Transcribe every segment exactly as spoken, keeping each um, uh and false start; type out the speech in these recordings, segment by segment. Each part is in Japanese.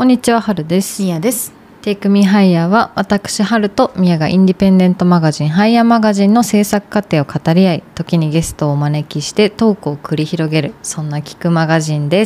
こんにちは、はるです。 みやです。 テイクミーハイヤーは私はるとみやがインディペンデントマガジンハイヤーマガジンの制作過程を語り合い、時にゲストをお招きしてトークを繰り広げる、そんな聞くマガジンです。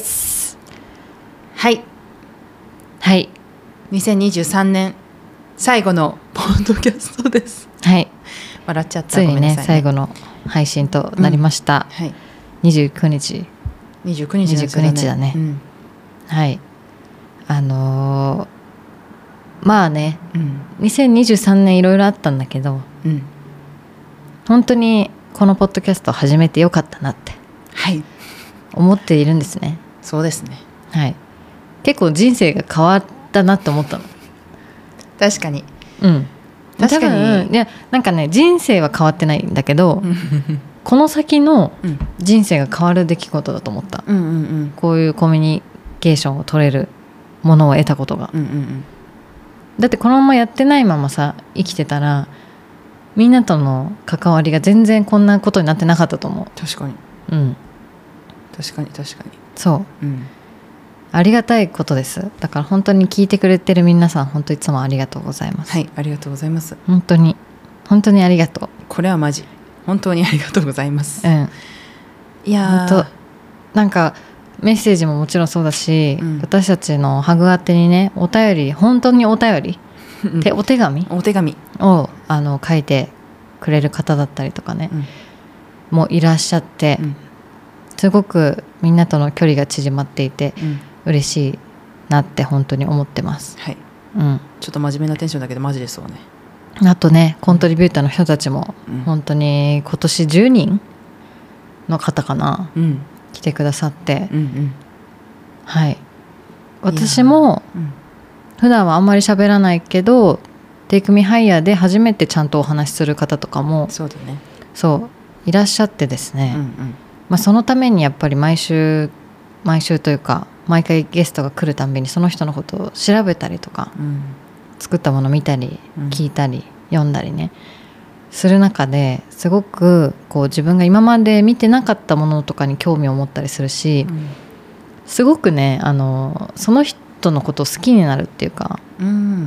はいはいにせんにじゅうさんねん最後のポッドキャストです。 はい笑っちゃった。 ついに ね, ごめんなさいね最後の配信となりました、 うんはい、 にじゅうくにちにじゅうくにちにじゅうくにちだね、 うん、 はいあのー、まあね、 うん、 にせんにじゅうさんねんいろいろあったんだけど、 うん、 本当にこのポッドキャストを始めてよかったなって思っているんですね、はい、 そうですね、 はい、結構人生が変わったなって思ったの。 確かに、 うん、 確かに。 多分いやなんかね、人生は変わってないんだけどこの先の人生が変わる出来事だと思った、 うんうんうん、 こういうコミュニケーションを取れるものを得たことが、 うんうんうん、 だってこのままやってないままさ生きてたらみんなとの関わりが全然こんなことになってなかったと思う。 確かに、 うん、 確かに確かにそう、 うん、 ありがたいことです。だから本当に聞いてくれてる皆さん、本当いつもありがとうございます。 はい、ありがとうございます。 本当に本当にありがとう。 これはマジ本当にありがとうございます。 うん、 いや本当なんかメッセージももちろんそうだし、うん、私たちのハグ宛てにね、お便り、本当にお便りでお手紙お手紙をあの書いてくれる方だったりとかね、うん、もいらっしゃって、うん、すごくみんなとの距離が縮まっていて、うん、嬉しいなって本当に思ってます、 はい、 うん、 ちょっと真面目なテンションだけどマジでそうね。 あとね、コントリビューターの人たちも、うん、本当に今年じゅうにんの方かな、うん、来てくださって、うんうん、はい私も普段はあんまり喋らないけど、テイクミハイヤーで初めてちゃんとお話しする方とかもそうだね、 そういらっしゃってですね、うんうん、まあ、そのためにやっぱり毎週毎週というか毎回ゲストが来るたんびにその人のことを調べたりとか、うん、作ったもの見たり聞いたり、うん、読んだりねする中ですごくこう自分が今まで見てなかったものとかに興味を持ったりするし、うん、すごくね、あのその人のことを好きになるっていうか、うん、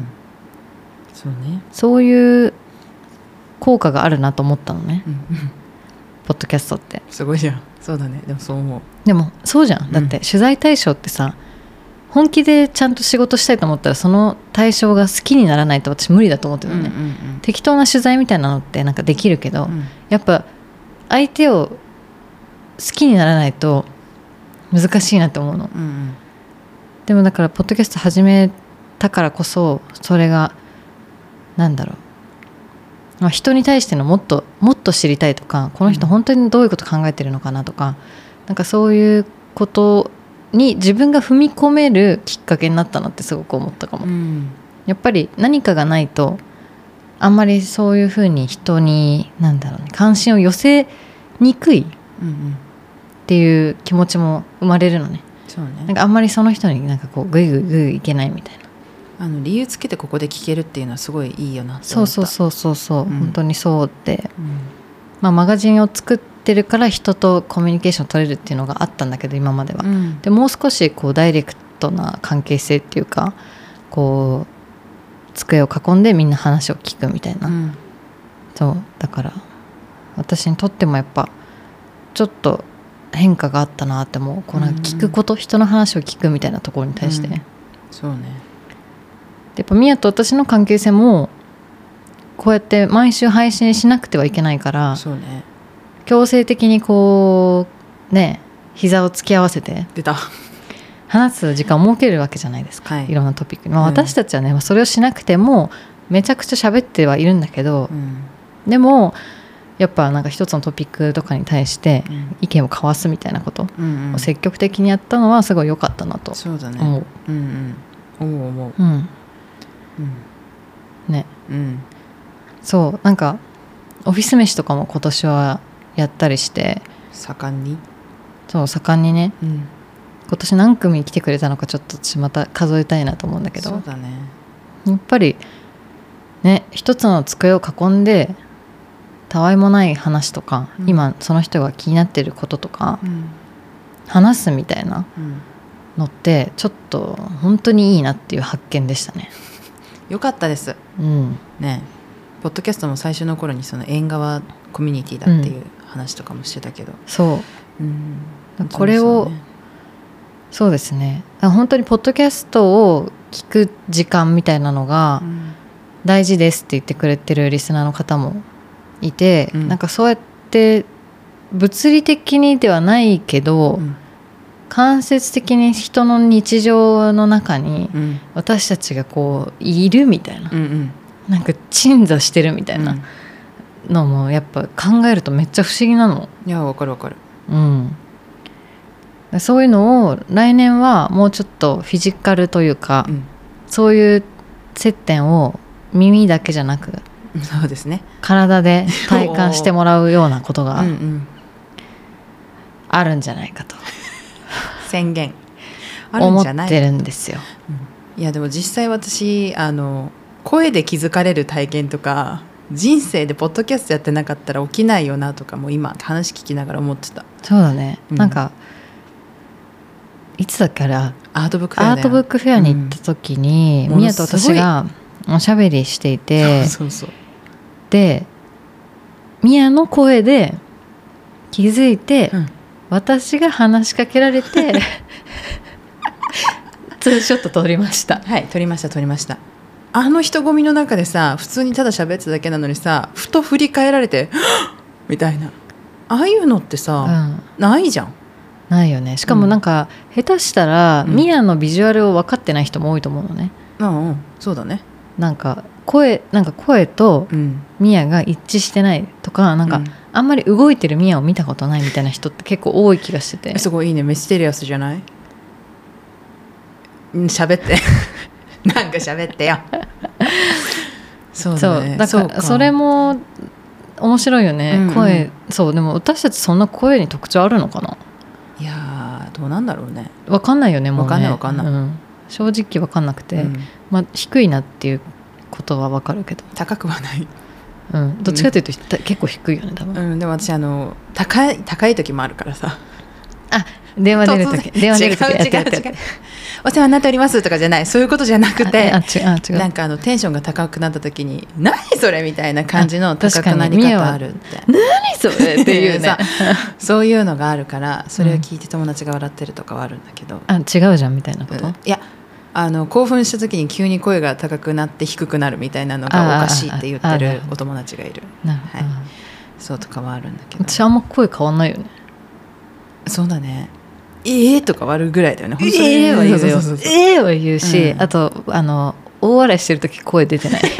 そうね、 そういう効果があるなと思ったのね、うん、ポッドキャストってすごいじゃん。そうだね、でもそう思う。 でもそうじゃん、だって取材対象ってさ、本気でちゃんと仕事したいと思ったらその対象が好きにならないと私無理だと思ってるのね、うんうんうん、適当な取材みたいなのってなんかできるけど、うん、やっぱ相手を好きにならないと難しいなと思うの、うんうん、でもだからポッドキャスト始めたからこそそれがなんだろう、まあ、人に対してのもっともっと知りたいとか、この人本当にどういうこと考えてるのかなとか、なんかそういうことに自分が踏み込めるきっかけになったなってすごく思ったかも、うん、やっぱり何かがないとあんまりそういうふうに人になんだろうね、関心を寄せにくいっていう気持ちも生まれるのね。 そうね、 なんかあんまりその人になんかこうグイグイグイグイいけないみたいな、 あの理由つけてここで聞けるっていうのはすごいいいよなって思った。 そうそうそうそうそう、うん、本当にそうで、うん、まあ、マガジンを作ってるから人とコミュニケーション取れるっていうのがあったんだけど今までは、うん、でもう少しこうダイレクトな関係性っていうか、こう机を囲んでみんな話を聞くみたいな、うん、そうだから私にとってもやっぱちょっと変化があったなって思う。こうなんか聞くこと、うん、人の話を聞くみたいなところに対して、うん、 そうね、 やっぱミヤと私の関係性もこうやって毎週配信しなくてはいけないから、 そうね、 強制的にこうね膝を突き合わせて出た話す時間を設けるわけじゃないですか、はい、いろんなトピックに、まあ、私たちはね、うん、それをしなくてもめちゃくちゃ喋ってはいるんだけど、うん、でもやっぱなんか一つのトピックとかに対して意見を交わすみたいなことを積極的にやったのはすごい良かったなと思う。 そうだね、うんうん、思う思う、うんうんね、 うん、 そうなんかオフィス飯とかも今年はやったりして盛んにそう盛んにね、うん、今年何組来てくれたのかちょっと私また数えたいなと思うんだけど、 そうだね、 やっぱりね一つの机を囲んでたわいもない話とか、うん、今その人が気になっていることとか、うん、話すみたいなのってちょっと本当にいいなっていう発見でしたね。 よかったです、うん、ね。ポッドキャストも最初の頃にその縁側コミュニティだっていう話とかもしてたけど、うん、 そう、うん、これをそうですね、本当にポッドキャストを聞く時間みたいなのが大事ですって言ってくれてるリスナーの方もいて、うん、なんかそうやって物理的にではないけど、うん、間接的に人の日常の中に私たちがこういるみたいな、うんうん、なんか鎮座してるみたいなのもやっぱ考えるとめっちゃ不思議なの。 いやわかるわかる、 うん、そういうのを来年はもうちょっとフィジカルというか、うん、そういう接点を耳だけじゃなく、 そうですね、 体で体感してもらうようなことがあるんじゃないかと宣言あるんじゃない思ってるんですよ、 うん、いやでも実際私あの声で気づかれる体験とか人生でポッドキャストやってなかったら起きないよなとかも今話聞きながら思ってた。 そうだね、うん、なんかいつだっけアートブックフェア、 アートブックフェアに行った時に、うん、宮と私がおしゃべりしていて、 そうそうそう、 で宮の声で気づいて、うん、私が話しかけられてツーショット撮りました。 はい撮りました撮りました。あの人混みの中でさ普通にただ喋ってただけなのにさふと振り返られてみたいな、ああいうのってさ、うん、ないじゃん。 ないよね。しかもなんか、うん、下手したら、うん、ミヤのビジュアルを分かってない人も多いと思うのね。 うんうん、そうだね。 なんか声なんか声とミヤが一致してないとか、なんか、うん、あんまり動いてるミヤを見たことないみたいな人って結構多い気がしてて。 すごいいいね、ミステリアスじゃない？喋ってなんか喋ってよそうだね。そうだからそれも面白いよね、うんうん、声。そうでも私たちそんな声に特徴あるのかな。 いやどうなんだろうね。 分かんないよねもうね。 分かんない分かんない、うん、 正直分かんなくて、うんまあ、低いなっていうことは分かるけど高くはない、 うん、どっちかというと、うん、結構低いよね多分、 うん、でも私あの 高い、高い時もあるからさ。 あ電話出る時電話出る時やってやってやってお世話になっておりますとかじ違うそういうことじゃなくて、 ああ違う違うなんかあのテンションが高くなった時に何それみたいな感じの高くなり方あるって何それっていうねそういうのがあるからそれを聞いて友達が笑ってるとかはあるんだけど、うん、 あ違うじゃんみたいなこと、 うん、いやあの興奮した時に急に声が高くなって低くなるみたいなのがおかしいって言ってるお友達がいる、はい、そうとかはあるんだけど私あんま声変わんないよね。 そうだね。えーとか割るぐらいだよね。 本当にえーは言うよ。えーは言うし、うん、あとあの大笑いしてる時声出てない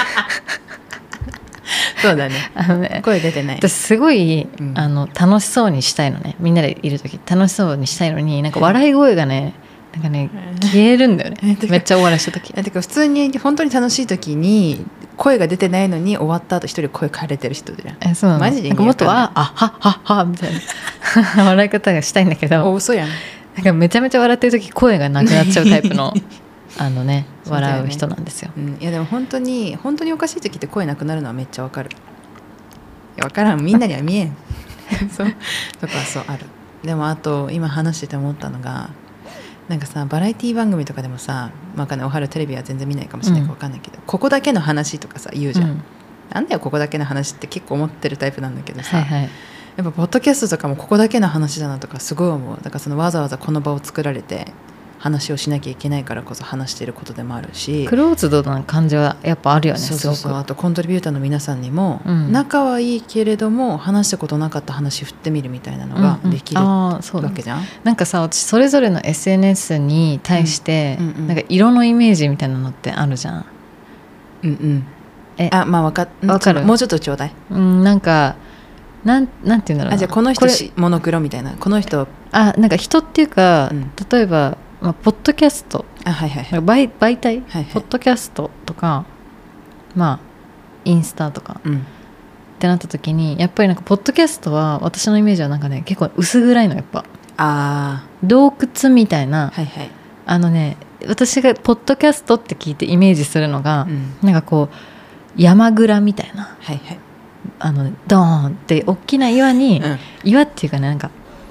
そうだね。あのね声出てない。 私すごい、うん、あの楽しそうにしたいのね。みんなでいる時楽しそうにしたいのになんか笑い声がねなんかね消えるんだよねめっちゃ大笑いした時。 てか普通に本当に楽しい時に声が出てないのに終わった後一人声変えれてる人じゃん。 えそうなの。 マジでなんかもっとはあはははみたいな笑い方がしたいんだけど、 お嘘やん。 なんかめちゃめちゃ笑ってる時声がなくなっちゃうタイプのあのね笑う人なんですよ、 うん、いやでも本当に本当におかしい時って声なくなるのはめっちゃわかる。いやわからんみんなには見えんそうとかそうある。でもあと今話してて思ったのがなんかさバラエティ番組とかでもさ、まあ、おはるテレビは全然見ないかもしれないか分かんないけど、うん、ここだけの話とかさ言うじゃん、うん、なんだよここだけの話って結構思ってるタイプなんだけどさ、はいはい、やっぱポッドキャストとかもここだけの話だなとかすごい思う。だからそのわざわざこの場を作られて話をしなきゃいけないからこそ話していることでもあるし、 クローズドな感じはやっぱあるよね。 そうそうそう。あとコントリビューターの皆さんにも、うん、仲はいいけれども話したことなかった話振ってみるみたいなのができる、うんうん、あそうわけじゃん。 なんかさ私それぞれの エスエヌエス に対して、うんうんうん、なんか色のイメージみたいなのってあるじゃん。 うんうんえあまあわかわかる。 もうちょっとちょうだい。 うんなんかなんなんていうんだろうな。 あじゃあこの人モノクロみたいなこの人あなんか人っていうか、うん、例えばまあ、ポッドキャストあ、はいはいはい、 媒, 媒体、 はいはい、 ポッドキャストとか、まあ、インスタとか、うん、ってなった時にやっぱりなんかポッドキャストは私のイメージはなんかね結構薄暗いのやっぱあ洞窟みたいな、 はいはい、 あのね私がポッドキャストって聞いてイメージするのが、うん、なんかこう山蔵みたいな、 はいはい、 あのドーンって大きな岩に、うん、岩っていうかねなんか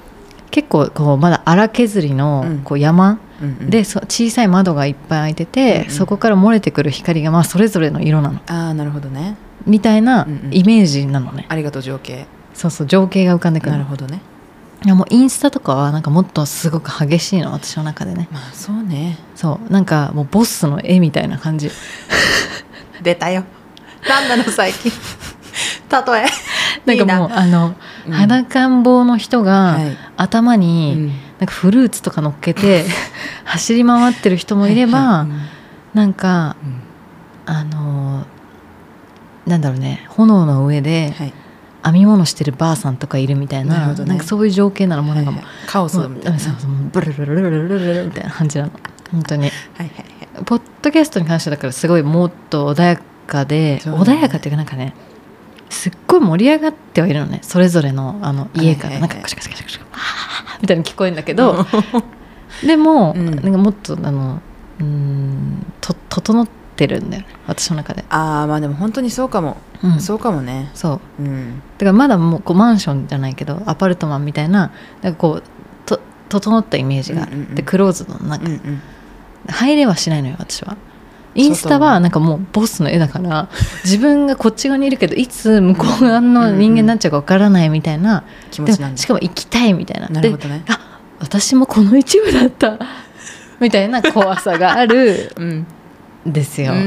結構こうまだ荒削りのこう山、うんうん、でそ小さい窓がいっぱい開いてて、うんうん、そこから漏れてくる光がまあそれぞれの色なの。 あーなるほどねみたいなイメージなのね、うんうん、 ありがとう情景。 そうそう情景が浮かんでくる。 なるほどね。 いやもうインスタとかはなんかもっとすごく激しいの私の中でね。 まあそうね。 そうなんかもうボスの絵みたいな感じ出たよなんなの最近例えなんかもうあの、うん、裸ん坊の人が頭になんかフルーツとか乗っけて走り回ってる人もいれば、はいはい、なんか、うん、あのなんだろうね炎の上で編み物してるばあさんとかいるみたい な,、ね、なんかそういう情景なのもなんかもう、はいはい、 カオスみたいなブルルルルルルルルみたいな感じなの本当にはいはい、はい、ポッドキャストに関してだからすごいもっと穏やかで、ね、穏やかっていうかなんかねすっごい盛り上がってはいるのねそれぞれ の, あの家からなんかカシャカシャカシャカシャみたいに聞こえるんだけどでも、うん、なんかもっとあのうーんと整ってるんだよね私の中で。 ああまあでも本当にそうかも、うん、そうかもね。 そう、うん、だからまだもうこうマンションじゃないけどアパルトマンみたい な, なんかこうと整ったイメージがある、うんうんうん、でクローズの中、うんうん、入れはしないのよ私は。インスタはなんかもうボスの絵だから自分がこっち側にいるけどいつ向こう側の人間になっちゃうか分からないみたいな気持ちなんだ。 しかも行きたいみたいな。 なるほどね。 であ私もこの一部だったみたいな怖さがあるんですよ、うん、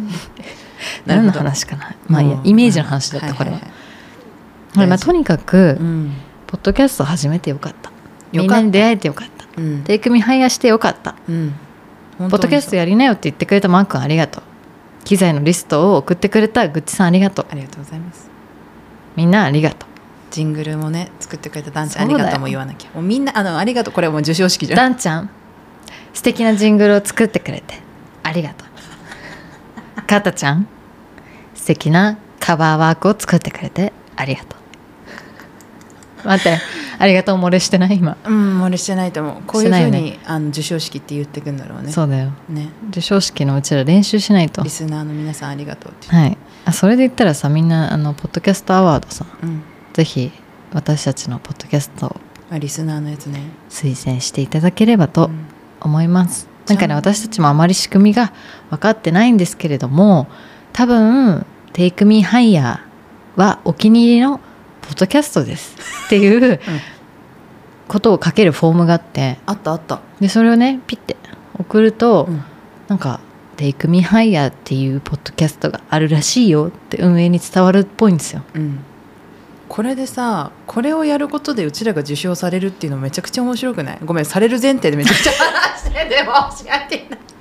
何の話かな、まあ、いやイメージの話だった、うん、これは、はいはいはい、まあ、とにかく、うん、ポッドキャストを始めてよかった。みんなに出会えてよかった、うん、テイクミハイヤーしてよかった、うん、ポッドキャストやりなよって言ってくれたマー君ありがとう。機材のリストを送ってくれたグッチさんありがとう。 ありがとうございます。 みんなありがとう。 ジングルもね作ってくれたダンちゃんありがとうも言わなきゃ。もうみんなあのありがとう。これはもう授賞式じゃん。 ダンちゃん素敵なジングルを作ってくれてありがとう。カタちゃん素敵なカバーワークを作ってくれてありがとう。待ってありがとう漏れしてない今。 うん漏れしてないと思う。こういうふうに、ね、あの授賞式って言ってくんだろうね。 そうだよ、ね、授賞式のうちら練習しないと。 リスナーの皆さんありがとうって。 はい。あそれで言ったらさみんなあのポッドキャストアワードさ、うん、ぜひ私たちのポッドキャストをあリスナーのやつね推薦していただければと思います、うん、なんかね私たちもあまり仕組みが分かってないんですけれども多分 Take Me Higher はお気に入りのポッドキャストですっていうことを書けるフォームがあってあったあったでそれをねピッて送ると、うん、なんかTake Me Higher っていうポッドキャストがあるらしいよって運営に伝わるっぽいんですよ、うん、 これでさこれをやることでうちらが受賞されるっていうのめちゃくちゃ面白くない？ごめんされる前提でめちゃくちゃ話してでも教えてない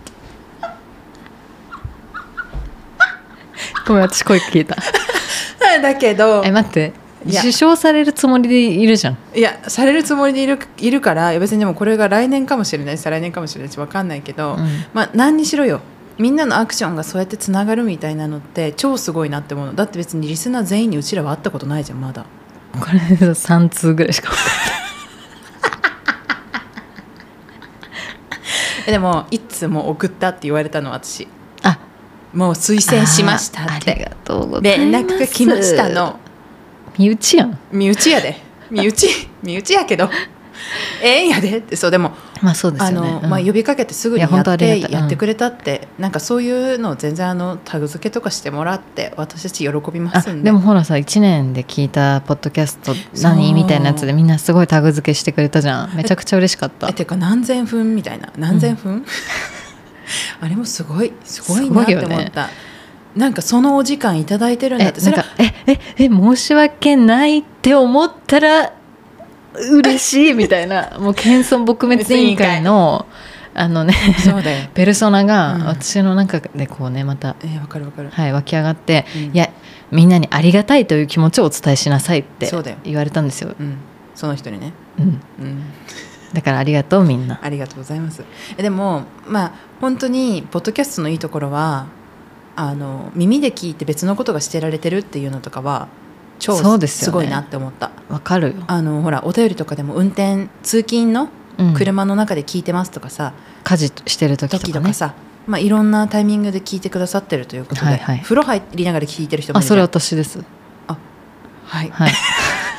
ごめん私声聞いただけどえ待って受賞されるつもりでいるじゃん。 いやされるつもりでいる、いるから別にでもこれが来年かもしれないし再来年かもしれないし分かんないけど、うん、まあ何にしろよみんなのアクションがそうやってつながるみたいなのって超すごいなって思うの。だって別にリスナー全員にうちらは会ったことないじゃんまだ。 これさん通ぐらいしか分かんないでもいつも送ったって言われたの私あもう推薦しましたってありがとうございます連絡が来ましたの。 身内やん身内やで身内身内やけどええんやでってそうでも、 まあそうですよね、 あの、うんまあ、呼びかけてすぐにやってやってくれたって、うん、なんかそういうのを全然あのタグ付けとかしてもらって私たち喜びますんで。 でもほらさいちねんで聞いたポッドキャスト何みたいなやつでみんなすごいタグ付けしてくれたじゃん。めちゃくちゃ嬉しかった。 えてか何千分みたいな何千分、うん、あれもすごいすごいなって思った、ね、なんかそのお時間いただいてるんだって。 えなんかえええ申し訳ないって思ったら嬉しいみたいなもう謙遜撲滅委員会のあのねそうだよペルソナが私の中でこうねまた、 えー、わかるわかる、 はい、湧き上がって、うん、いやみんなにありがたいという気持ちをお伝えしなさいって言われたんですよ。 うん、その人にね、 うんうん、だからありがとうみんな。 ありがとうございます。でもまあ本当にポッドキャストのいいところはあの耳で聞いて別のことがしてられてるっていうのとかは超すごいなって思った。 わかるよ。 あのほらお便りとかでも運転通勤の車の中で聞いてますとかさ、 うん、家事してる時とか、ね、 時とかさ、まあ、いろんなタイミングで聞いてくださってるということで、はいはい、風呂入りながら聞いてる人もいるじゃん。 あそれ私です。 あはい、 はい、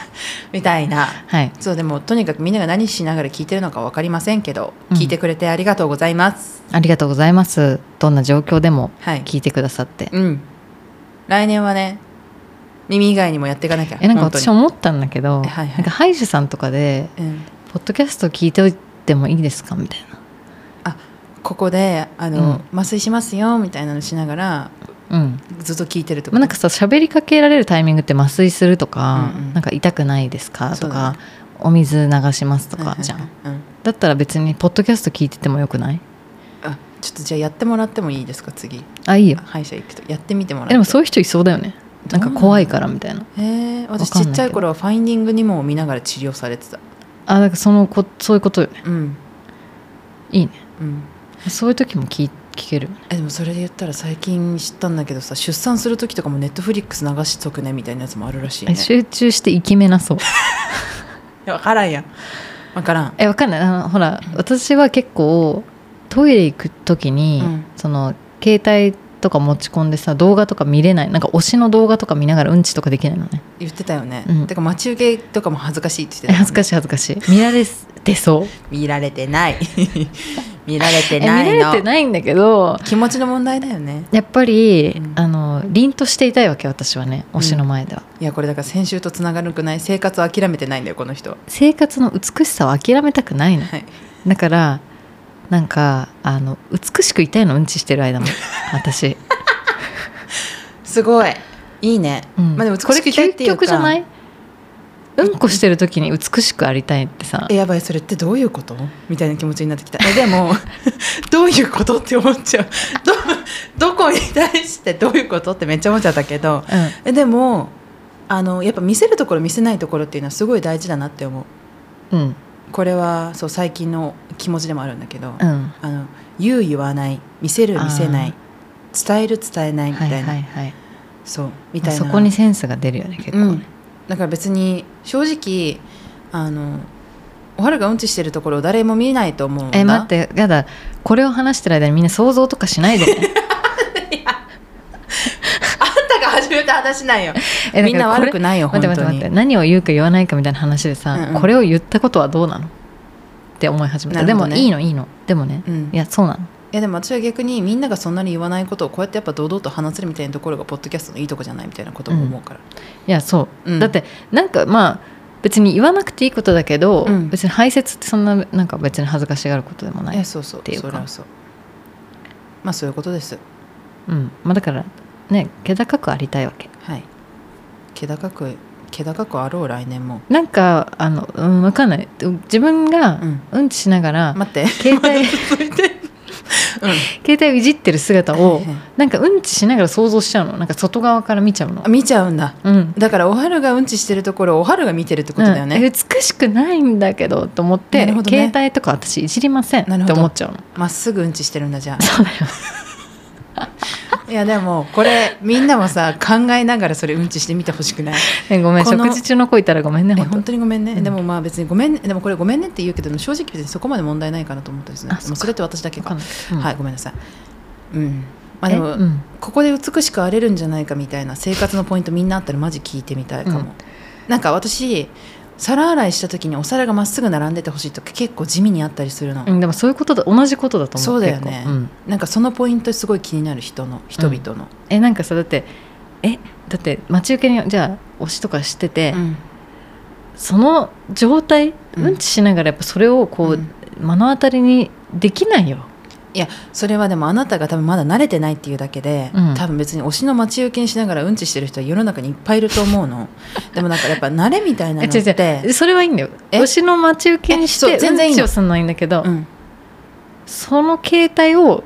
みたいな、 はい、 そうでもとにかくみんなが何しながら聞いてるのか分かりませんけど、うん、聞いてくれてありがとうございます。 ありがとうございます。どんな状況でも聞いてくださって、 はい、うん、来年はね耳以外にもやっていかなきゃ。 えなんか私思ったんだけど、 はいはい、 なんか歯医者さんとかで、うん、ポッドキャスト聞いておいてもいいですかみたいな、 あここであの、うん、麻酔しますよみたいなのしながら、うん、ずっと聞いてるってこと、まあ、 なんかさ喋りかけられるタイミングって麻酔するとか、うんうん、なんか痛くないですかとか、ね、お水流しますとかじゃん、うん、だったら別にポッドキャスト聞いててもよくない？ あちょっとじゃあやってもらってもいいですか次。 あいいよ、 歯医者行くとやってみてもらって。 でもそういう人いそうだよね、なんか怖いからみたいな。 へえ、私ちっちゃい頃はファインディングにも見ながら治療されてた。 あだからそのこそういうことよね、うん、いいね、 うん、 そういう時も聞聞けるよね。 えでもそれで言ったら最近知ったんだけどさ、出産する時とかもネットフリックス流しとくねみたいなやつもあるらしいね。 え集中してイケメなそういや分からんやん分からんえ分かんない。あのほら私は結構トイレ行く時に、うん、その携帯とか持ち込んでさ動画とか見れない、なんか推しの動画とか見ながらうんちとかできないのね。 言ってたよね、うん、てか待ち受けとかも恥ずかしいって言ってた、 ね、恥ずかしい恥ずかしい見られてそう見られてない見られてないの。 見られてないんだけど気持ちの問題だよねやっぱり、うん、あの凛としていたいわけ私はね、推しの前では、 うん、いやこれだから先週とつながるくない、生活を諦めてないんだよこの人。 生活の美しさを諦めたくないの、はい、だからなんかあの美しくいたいの、うんちしてる間も私すごいいいね、うんまあ、でも美しくいたいっていうかこれ究極じゃない？うんこしてる時に美しくありたいってさ、 えやばいそれってどういうことみたいな気持ちになってきた。えでもどういうことって思っちゃうど, どこに対してどういうことってめっちゃ思っちゃったけど、うん、えでもあのやっぱ見せるところ見せないところっていうのはすごい大事だなって思う、うん、これはそう最近の気持ちでもあるんだけど、うん、あの言う言わない、見せる見せない、伝える伝えないみたいな、はいはいはい、そうみたいな、 そこにセンスが出るよね結構ね、うん、 だから別に正直あのおはるがうんちしてるところを誰も見ないと思うんだ。 え待ってやだ、これを話してる間にみんな想像とかしないでねいやあんたが始めた話なんよみんな悪くないよ本当に。待って待って待って、何を言うか言わないかみたいな話でさ、うんうん、これを言ったことはどうなのって思い始めた、ね、でもいいのいいのでもね、うん、いやそうなの。 いやでも私は逆にみんながそんなに言わないことをこうやってやっぱ堂々と話せるみたいなところがポッドキャストのいいとこじゃないみたいなことも思うから、うん、 いやそう、うん、だってなんかまあ別に言わなくていいことだけど、うん、別に排泄ってそんななんか別に恥ずかしがることでもないっていうか、 そうそうそれはそうまあそういうことです。 うんまあだからね気高くありたいわけ。 はい気高く気高くあろう来年も。 なんかあの、うん、分かんない自分がうんちしながら、 うん、待って携帯うん、携帯をいじってる姿をなんかうんちしながら想像しちゃうの、なんか外側から見ちゃうの。 見ちゃうんだ、うん、だからおはるがうんちしてるところをおはるが見てるってことだよね、 うん、美しくないんだけどと思って、ね、携帯とか私いじりませんって思っちゃうの。 まっすぐうんちしてるんだじゃあ。 そうだよいやでもこれみんなもさ考えながらそれうんちしてみてほしくない？ えごめん食事中の子いたらごめんね本当。 本当にごめんね、うん、でもまあ別にごめんね、でもこれごめんねって言うけど正直別にそこまで問題ないかなと思ったんですね。もうそれって私だけか、うん、はいごめんなさい。うんまあでも、うん、ここで美しく荒れるんじゃないかみたいな生活のポイントみんなあったらマジ聞いてみたいかも、うん、なんか私皿洗いした時にお皿がまっすぐ並んでてほしいと結構地味にあったりするの、 うん、でもそういうことだ同じことだと思う。 そうだよね、うん、なんかそのポイントすごい気になる人の人々の、うん、 えなんかさだってえだって待ち受けにじゃあ推しとかしてて、うん、その状態うんちしながらやっぱそれをこう、うん、目の当たりにできないよ。 いやそれはでもあなたが多分まだ慣れてないっていうだけで、うん、多分別に推しの待ち受けにしながらうんちしてる人は世の中にいっぱいいると思うのでもなんかやっぱ慣れみたいなのって違う違うそれはいいんだよ。推しの待ち受けにして全然いいのうんちをするのはいいんだけど、うん、その携帯を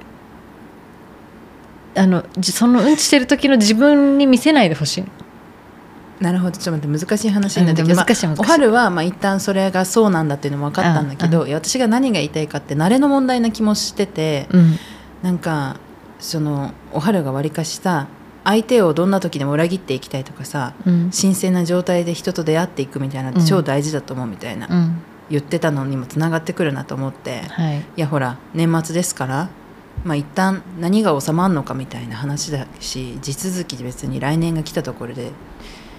あのそのうんちしてる時の自分に見せないでほしい。 なるほどちょっと待って難しい話になってきて、難しい難しい、まあ、おはるはまあ一旦それがそうなんだっていうのも分かったんだけど、うんうん、いや私が何が言いたいかって慣れの問題な気もしてて、うん、なんかそのおはるがわりかしさ相手をどんな時でも裏切っていきたいとかさ、うん、新鮮な状態で人と出会っていくみたいなの超大事だと思うみたいな、うん、言ってたのにもつながってくるなと思って、はい、いやほら年末ですからまあ、一旦何が収まるのかみたいな話だし地続きで別に来年が来たところで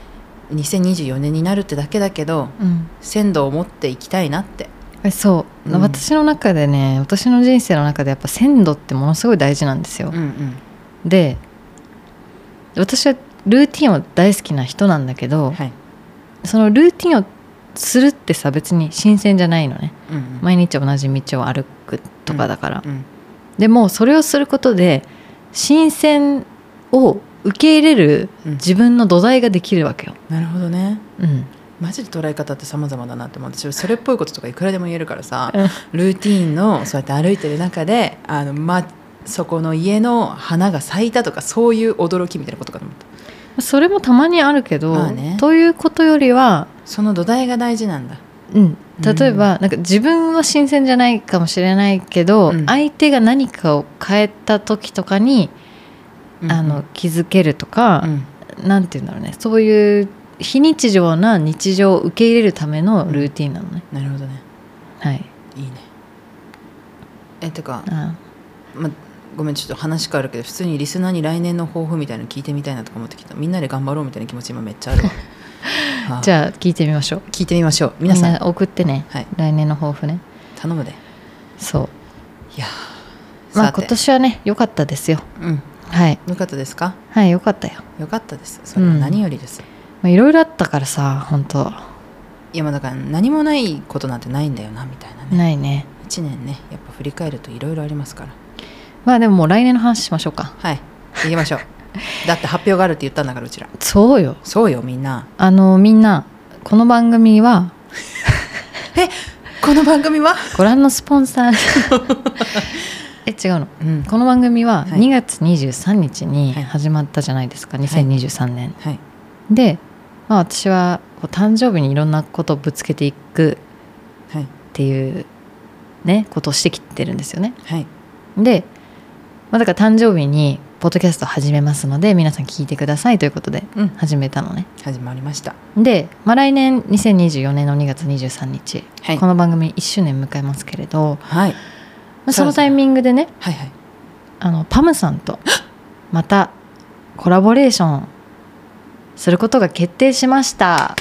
にせんにじゅうよねんになるってだけだけど、 うん、 鮮度を持っていきたいなって。 そう、うん、私の中でね、私の人生の中でやっぱ鮮度ってものすごい大事なんですよ、 うんうん、 で私はルーティンを大好きな人なんだけど、はい、そのルーティンをするってさ別に新鮮じゃないのね、うんうん、毎日同じ道を歩くとかだから、うんうん、でもそれをすることで新鮮を受け入れる自分の土台ができるわけよ、 うん、なるほどね、 うん、 マジで捉え方って様々だなって思う。私それっぽいこととかいくらでも言えるからさ、うん、ルーティーンのそうやって歩いてる中であの、ま、そこの家の花が咲いたとかそういう驚きみたいなことかと思った。 それもたまにあるけど、 まあね、 ということよりはその土台が大事なんだ、 うん、例えば、うん、なんか自分は新鮮じゃないかもしれないけど、うん、相手が何かを変えた時とかに、うん、あの気づけるとか、うん、なんていうんだろうね、そういう非日常な日常を受け入れるためのルーティンなのね、 うん、なるほどね、 はい、 いいね。えてかああ、ま、ごめんちょっと話変わるけど普通にリスナーに来年の抱負みたいなの聞いてみたいなとか思ってきた。みんなで頑張ろうみたいな気持ち今めっちゃあるわはあ、じゃあ聞いてみましょう聞いてみましょう皆さんみんな送ってね、はい、来年の抱負ね頼むで。そういやまあ今年はね良かったですよ、うん、はい良かったですか。はい良かったよ良かったです。それは何よりです。いろいろあったからさ本当いやまあだから何もないことなんてないんだよなみたいなね。ないね。いちねんねやっぱ振り返るといろいろありますから。まあでももう来年の話しましょうか。はい行きましょうだって発表があるって言ったんだからうちら。そうよそうよみんな。あのみんなこの番組はえこの番組はご覧のスポンサーえ違うの、うん、この番組はにがつにじゅうさんにちに始まったじゃないですか、はい、にせんにじゅうさんねん、はい、で、まあ、私はこう誕生日にいろんなことをぶつけていくっていうねことをしてきてるんですよね、はい、で、まあ、だから誕生日にポッドキャスト始めますので皆さん聞いてくださいということで始めたのね、うん、始まりました。で、まあ、来年にせんにじゅうよねんのにがつにじゅうさんにち、はい、この番組いっしゅうねん迎えますけれど、はい、まあ、そのタイミングでね、はいはい、あのパムさんとまたコラボレーションすることが決定しました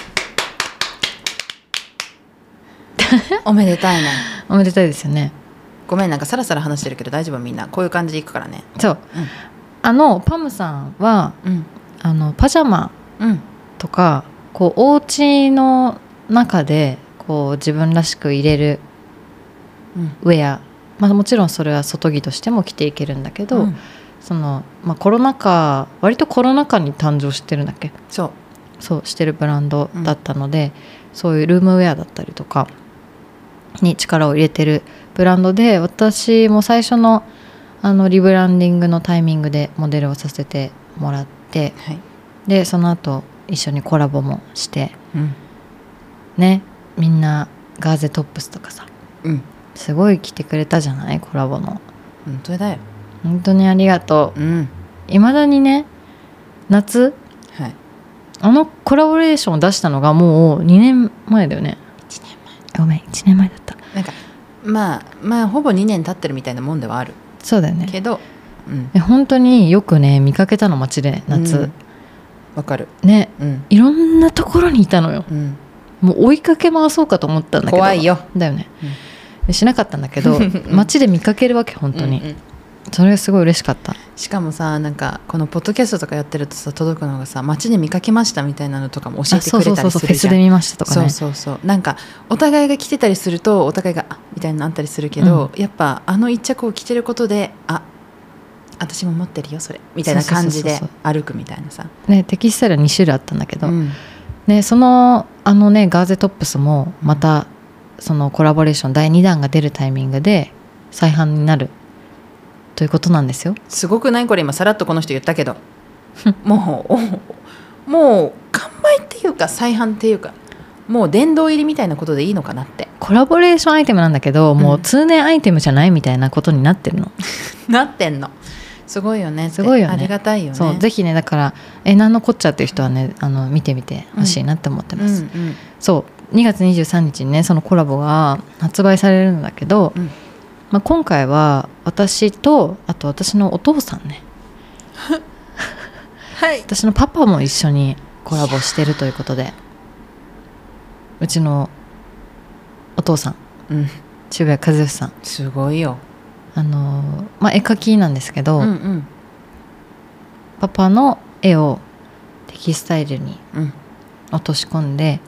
おめでたいね。おめでたいですよね。ごめんなんかさらさら話してるけど大丈夫みんなこういう感じでいくからね。そう、うん、あのパムさんは、うん、あのパジャマとか、うん、こうお家の中でこう自分らしく入れるウェア、まあ、もちろんそれは外着としても着ていけるんだけど、うん、そのまあ、コロナ禍割とコロナ禍に誕生してるんだっけ。そうそうしてるブランドだったので、うん、そういうルームウェアだったりとかに力を入れてるブランドで、私も最初のあのリブランディングのタイミングでモデルをさせてもらって、はい、でその後一緒にコラボもして、うん、ねみんなガーゼトップスとかさ、うん、すごい着てくれたじゃないコラボの。本当だよ本当にありがとう。いま、うん、だにね夏、はい、あのコラボレーションを出したのがもうにねんまえだよね。いちねんまえごめんいちねんまえだった。なんかまあまあほぼにねん経ってるみたいなもんではある。そうだよねけど、うん、本当によくね見かけたの街で夏。わ、うん、かるね、うん、いろんなところにいたのよ、うん、もう追いかけ回そうかと思ったんだけど怖いよだよね、うん、しなかったんだけど街で見かけるわけ本当に、うんうん、それがすごい嬉しかった。しかもさなんかこのポッドキャストとかやってるとさ届くのがさ街で見かけましたみたいなのとかも教えてくれたりするじゃん。そうそうそうフェスで見ましたとかね。そうそうそうなんかお互いが着てたりするとお互いがあみたいなのあったりするけど、うん、やっぱあの一着を着てることであ私も持ってるよそれみたいな感じで歩くみたいなさね。テキスタイルはにしゅるいあったんだけど、うんね、そのあのねガーゼトップスもまたそのコラボレーションだいにだんが出るタイミングで再販になるということなんですよ。すごくないこれ今さらっとこの人言ったけどもうもう完売っていうか再販っていうかもう殿堂入りみたいなことでいいのかなって。コラボレーションアイテムなんだけど、うん、もう通年アイテムじゃないみたいなことになってるのなってんのすごいよね。すごいよねありがたいよね。そうぜひねだからえ何のこっちゃっていう人はねあの見てみてほしいなって思ってます、うんうんうん、そうにがつにじゅうさんにちにねそのコラボが発売されるんだけど、うんまあ、今回は私とあと私のお父さんねはい私のパパも一緒にコラボしてるということで、うちのお父さん、 うん、 渋谷和義さん、 すごいよ。 あの、まあ、絵描きなんですけど、 うんうん、 パパの絵をテキスタイルにうん落とし込んで、 はい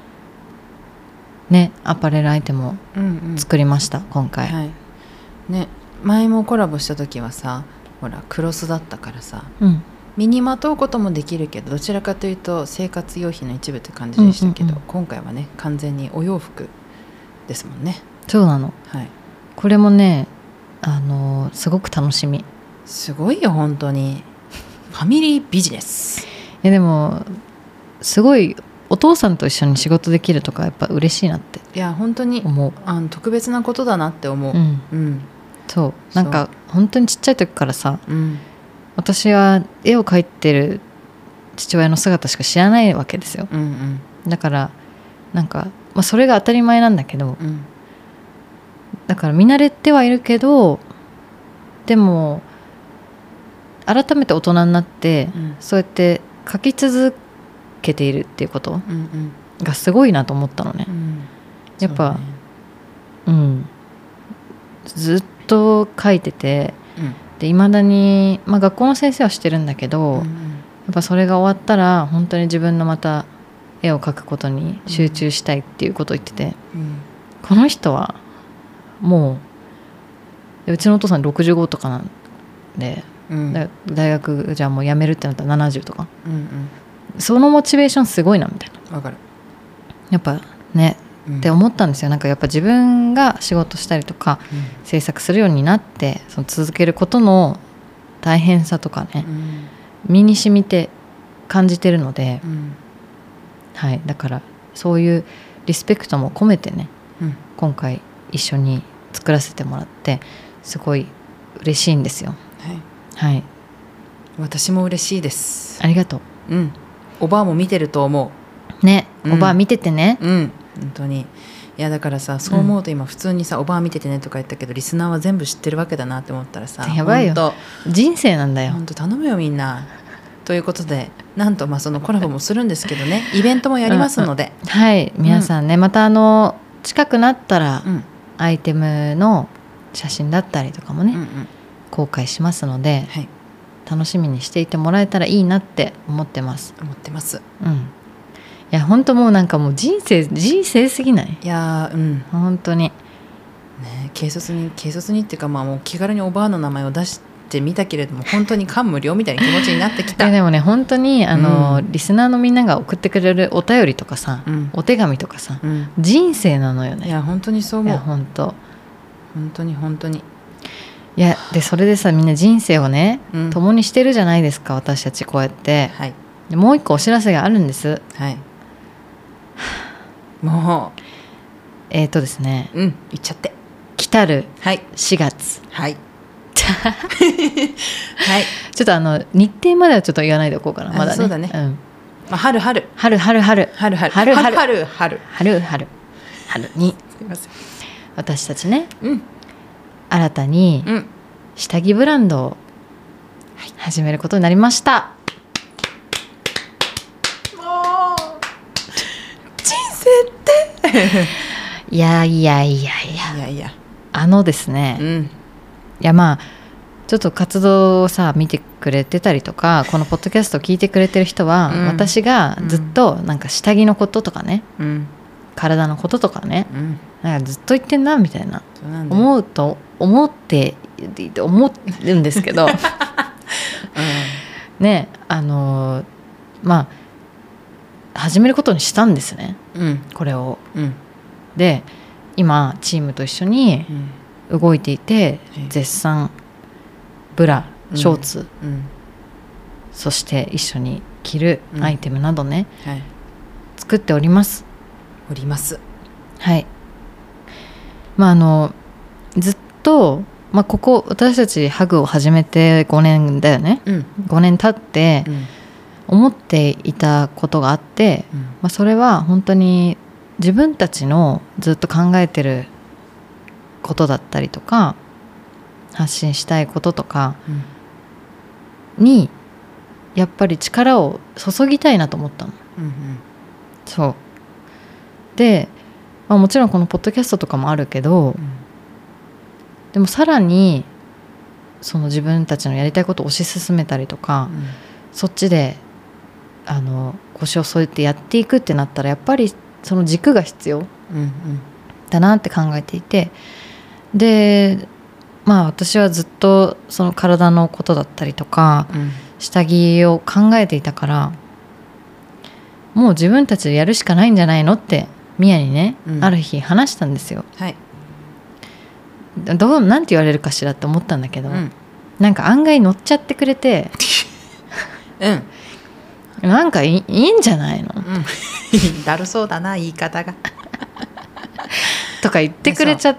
ね、アパレルアイテムをうんうん作りました、今回、 はいね、前もコラボした時はさ、ほらクロスだったからさ、 うん身にまとうこともできるけど、どちらかというと生活用品の一部って感じでしたけど、 うんうんうん、 今回はね完全にお洋服ですもんね。 そうなの、 はい、 これもね、あのすごく楽しみ。 すごいよ本当に。ファミリービジネス。 いやでもすごいお父さんと一緒に仕事できるとかやっぱ嬉しいなっていや本当に思う。 あの特別なことだなって思う。 うんうん、 そうなんか本当にちっちゃい時からさ、 うん、 私は絵を描いてる父親の姿しか知らないわけですよ。 うんうんだからなんか、まあ、それが当たり前なんだけど、 うん、 だから見慣れてはいるけど、でも改めて大人になって、 うん、 そうやって描き続けているっていうことうんうんがすごいなと思ったのね、 うん、 やっぱそうね、 うんずっと描いてて、 うんで未だに、まあ、学校の先生はしてるんだけど、 うんうん、 やっぱそれが終わったら本当に自分のまた絵を描くことに集中したいっていうことを言ってて、 うんこの人はもううちのお父さんろくじゅうごとかなんで、 うん、 だ大学じゃあもう辞めるってなったらななじゅうとか、 うんうん、 そのモチベーションすごいなみたいな、 わかる。 やっぱね、 うん、 って思ったんですよ。なんかやっぱ自分が仕事したりとか、 うん、 制作するようになってその続けることの大変さとかね、 うん、 身に染みて感じてるので、 うん、 はい、だからそういうリスペクトも込めてね、 うん、 今回一緒に作らせてもらってすごい嬉しいんですよ。 はい、 はい、 私も嬉しいです。 ありがとう。うん、おばあも見てると思うね、 うん、 おばあ見ててね。 うん、本当に。いやだからさ、そう思うと今普通にさ、うん、おばあ見ててねとか言ったけどリスナーは全部知ってるわけだなって思ったらさ、 やばいよ、人生なんだよ。 本当頼むよみんな。ということで、なんとまあそのコラボもするんですけどね、イベントもやりますので、 うんうん、はい皆さんね、うん、またあの近くなったら、 うん、 アイテムの写真だったりとかもね、うんうん、公開しますので、はい、楽しみにしていてもらえたらいいなって思ってます思ってます。 うん、いや本当もうなんかもう人生人生すぎない？ いやうん本当にね、軽率に軽率にっていうか、まあもう気軽におばあの名前を出してみたけれども本当に感無量みたいな気持ちになってきた。 いやでもね本当にあの、うん、リスナーのみんなが送ってくれるお便りとかさ、うん、お手紙とかさ、うん、人生なのよね。 いや本当にそう思う。 いや本当本当に本当に。 いやでそれでさみんな人生をね、うん、共にしてるじゃないですか私たちこうやって、はい、でもう一個お知らせがあるんです。 はいもうえっ、ー、とですねうん言っちゃって来たるしがつはいはい、ちょっとあの日程まではちょっと言わないでおこうかなまだね。 そうだね、うんまあ、春春春春春春春春春春春春春春にすいません私たちね、 うん、 新たに下着ブランドを始めることになりました。 もう人生っていやいやいやいやいやいやあのですね、うん、いやまあちょっと活動をさ見てくれてたりとかこのポッドキャストを聞いてくれてる人は、うん、私がずっとなんか下着のこととかね、うん、体のこととかね、うん、なんかずっと言ってんなみたいな思うと思って思るんですけど、うん、ねあのまあ始めることにしたんですね、うん、これを、うん、で今チームと一緒に動いていて、うん、絶賛ブラショーツ、うんうん、そして一緒に着るアイテムなどね、うんはい、作っておりますおりますはいまああのずっと、まあ、ここ私たちハグを始めてごねんだよね、うん、ごねん経って思っていたことがあって、うんまあ、それは本当に自分たちのずっと考えてることだったりとか発信したいこととかにやっぱり力を注ぎたいなと思ったの、 うんうん、 そうで、まあ、もちろんこのポッドキャストとかもあるけど、うん、でもさらにその自分たちのやりたいことを推し進めたりとか、うん、そっちであの腰を添えてやっていくってなったらやっぱりその軸が必要、うんうん、だなって考えていて、でまあ私はずっとその体のことだったりとか、うん、下着を考えていたから、もう自分たちでやるしかないんじゃないのってミヤにね、うん、ある日話したんですよ、はい、どうなんて言われるかしらって思ったんだけど、うん、なんか案外乗っちゃってくれてうんなんかい い, いいんじゃないの、うん、 だるそうだな言い方がとか言ってくれちゃって、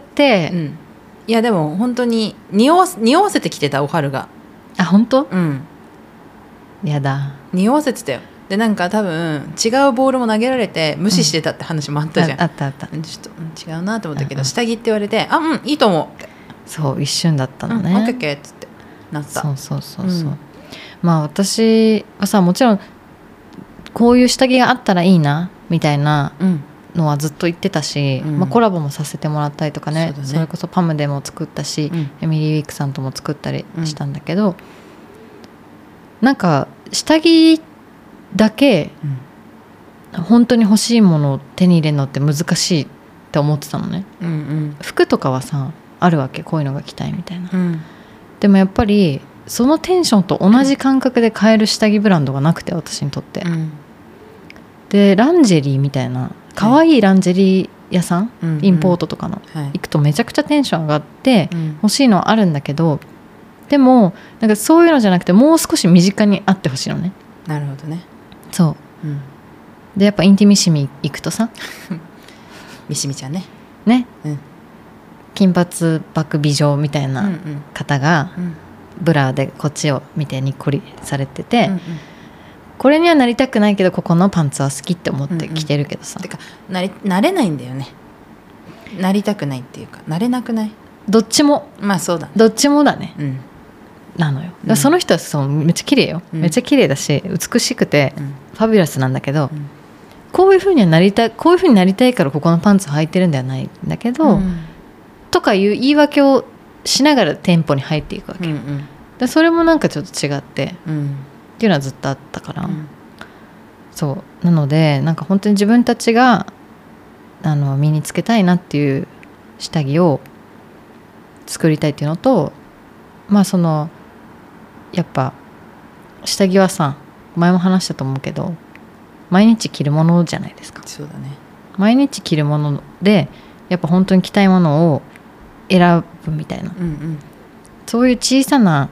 うん、 いやでも本当に匂わ匂わせてきてたおはるが。 あ本当？ うん。 やだ。 匂わせてたよ。でなんか多分違うボールも投げられて無視してたって話もあったじゃん、 うん、あ, あったあった。 ちょっと違うなと思ったけど、うんうん、下着って言われてあうんいいと思うって。 そう一瞬だったのね。 うん、オッケーオッケーっつってなった。 そうそうそうそう、うん、まあ私はさもちろんこういう下着があったらいいなみたいなのはずっと言ってたし、うんまあ、コラボもさせてもらったりとか ね, そ, ねそれこそパムでも作ったし、うん、エミリー・ウィークさんとも作ったりしたんだけど、うん、なんか下着だけ、うん、本当に欲しいものを手に入れるのって難しいって思ってたのね、うんうん、服とかはさあるわけ、こういうのが着たいみたいな、うん、でもやっぱりそのテンションと同じ感覚で買える下着ブランドがなくて私にとって、うん、でランジェリーみたいな可愛いランジェリー屋さん、はい、インポートとかの、うんうん、行くとめちゃくちゃテンション上がって、はい、欲しいのはあるんだけど、でもなんかそういうのじゃなくてもう少し身近にあってほしいのね。 なるほどね。 そう、うん、でやっぱインティミシミ行くとさミシミちゃんねね、うん、金髪バック美女みたいな方が、うんうん、ブラでこっちを見てにっこりされてて、うんうん、これにはなりたくないけどここのパンツは好きって思って着てるけどさ、 うんうん、てかなりなれないんだよね。なりたくないっていうかなれなくない？ どっちもまあそうだね、 どっちもだね、うん、なのよ。 うん、 その人はそうめっちゃ綺麗よ、うん、めっちゃ綺麗だし美しくて、うん、ファビュラスなんだけど、うん、こういう風にはなりたいこういう風になりたいからここのパンツを履いてるんではないんだけど、うん、とかいう言い訳をしながら店舗に入っていくわけ、うんうん、でそれもなんかちょっと違って、うん、っていうのはずっとあったから、うん、そうなのでなんか本当に自分たちがあの身につけたいなっていう下着を作りたいっていうのと、まあそのやっぱ下着はさ前も話したと思うけど毎日着るものじゃないですか。 そうだね。 毎日着るものでやっぱ本当に着たいものを選ぶみたいな、うんうん、そういう小さな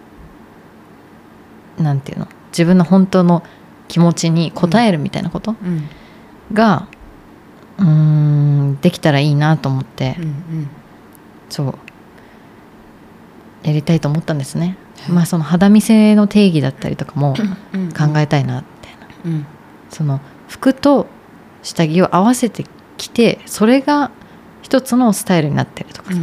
なんていうの自分の本当の気持ちに応えるみたいなことが、うんうん、うーんできたらいいなと思って、うんうん、そうやりたいと思ったんですね、はい。まあその肌見せの定義だったりとかも考えたいなみたいな、うんうん、その服と下着を合わせて着てそれが一つのスタイルになってるとかさ、うんうん、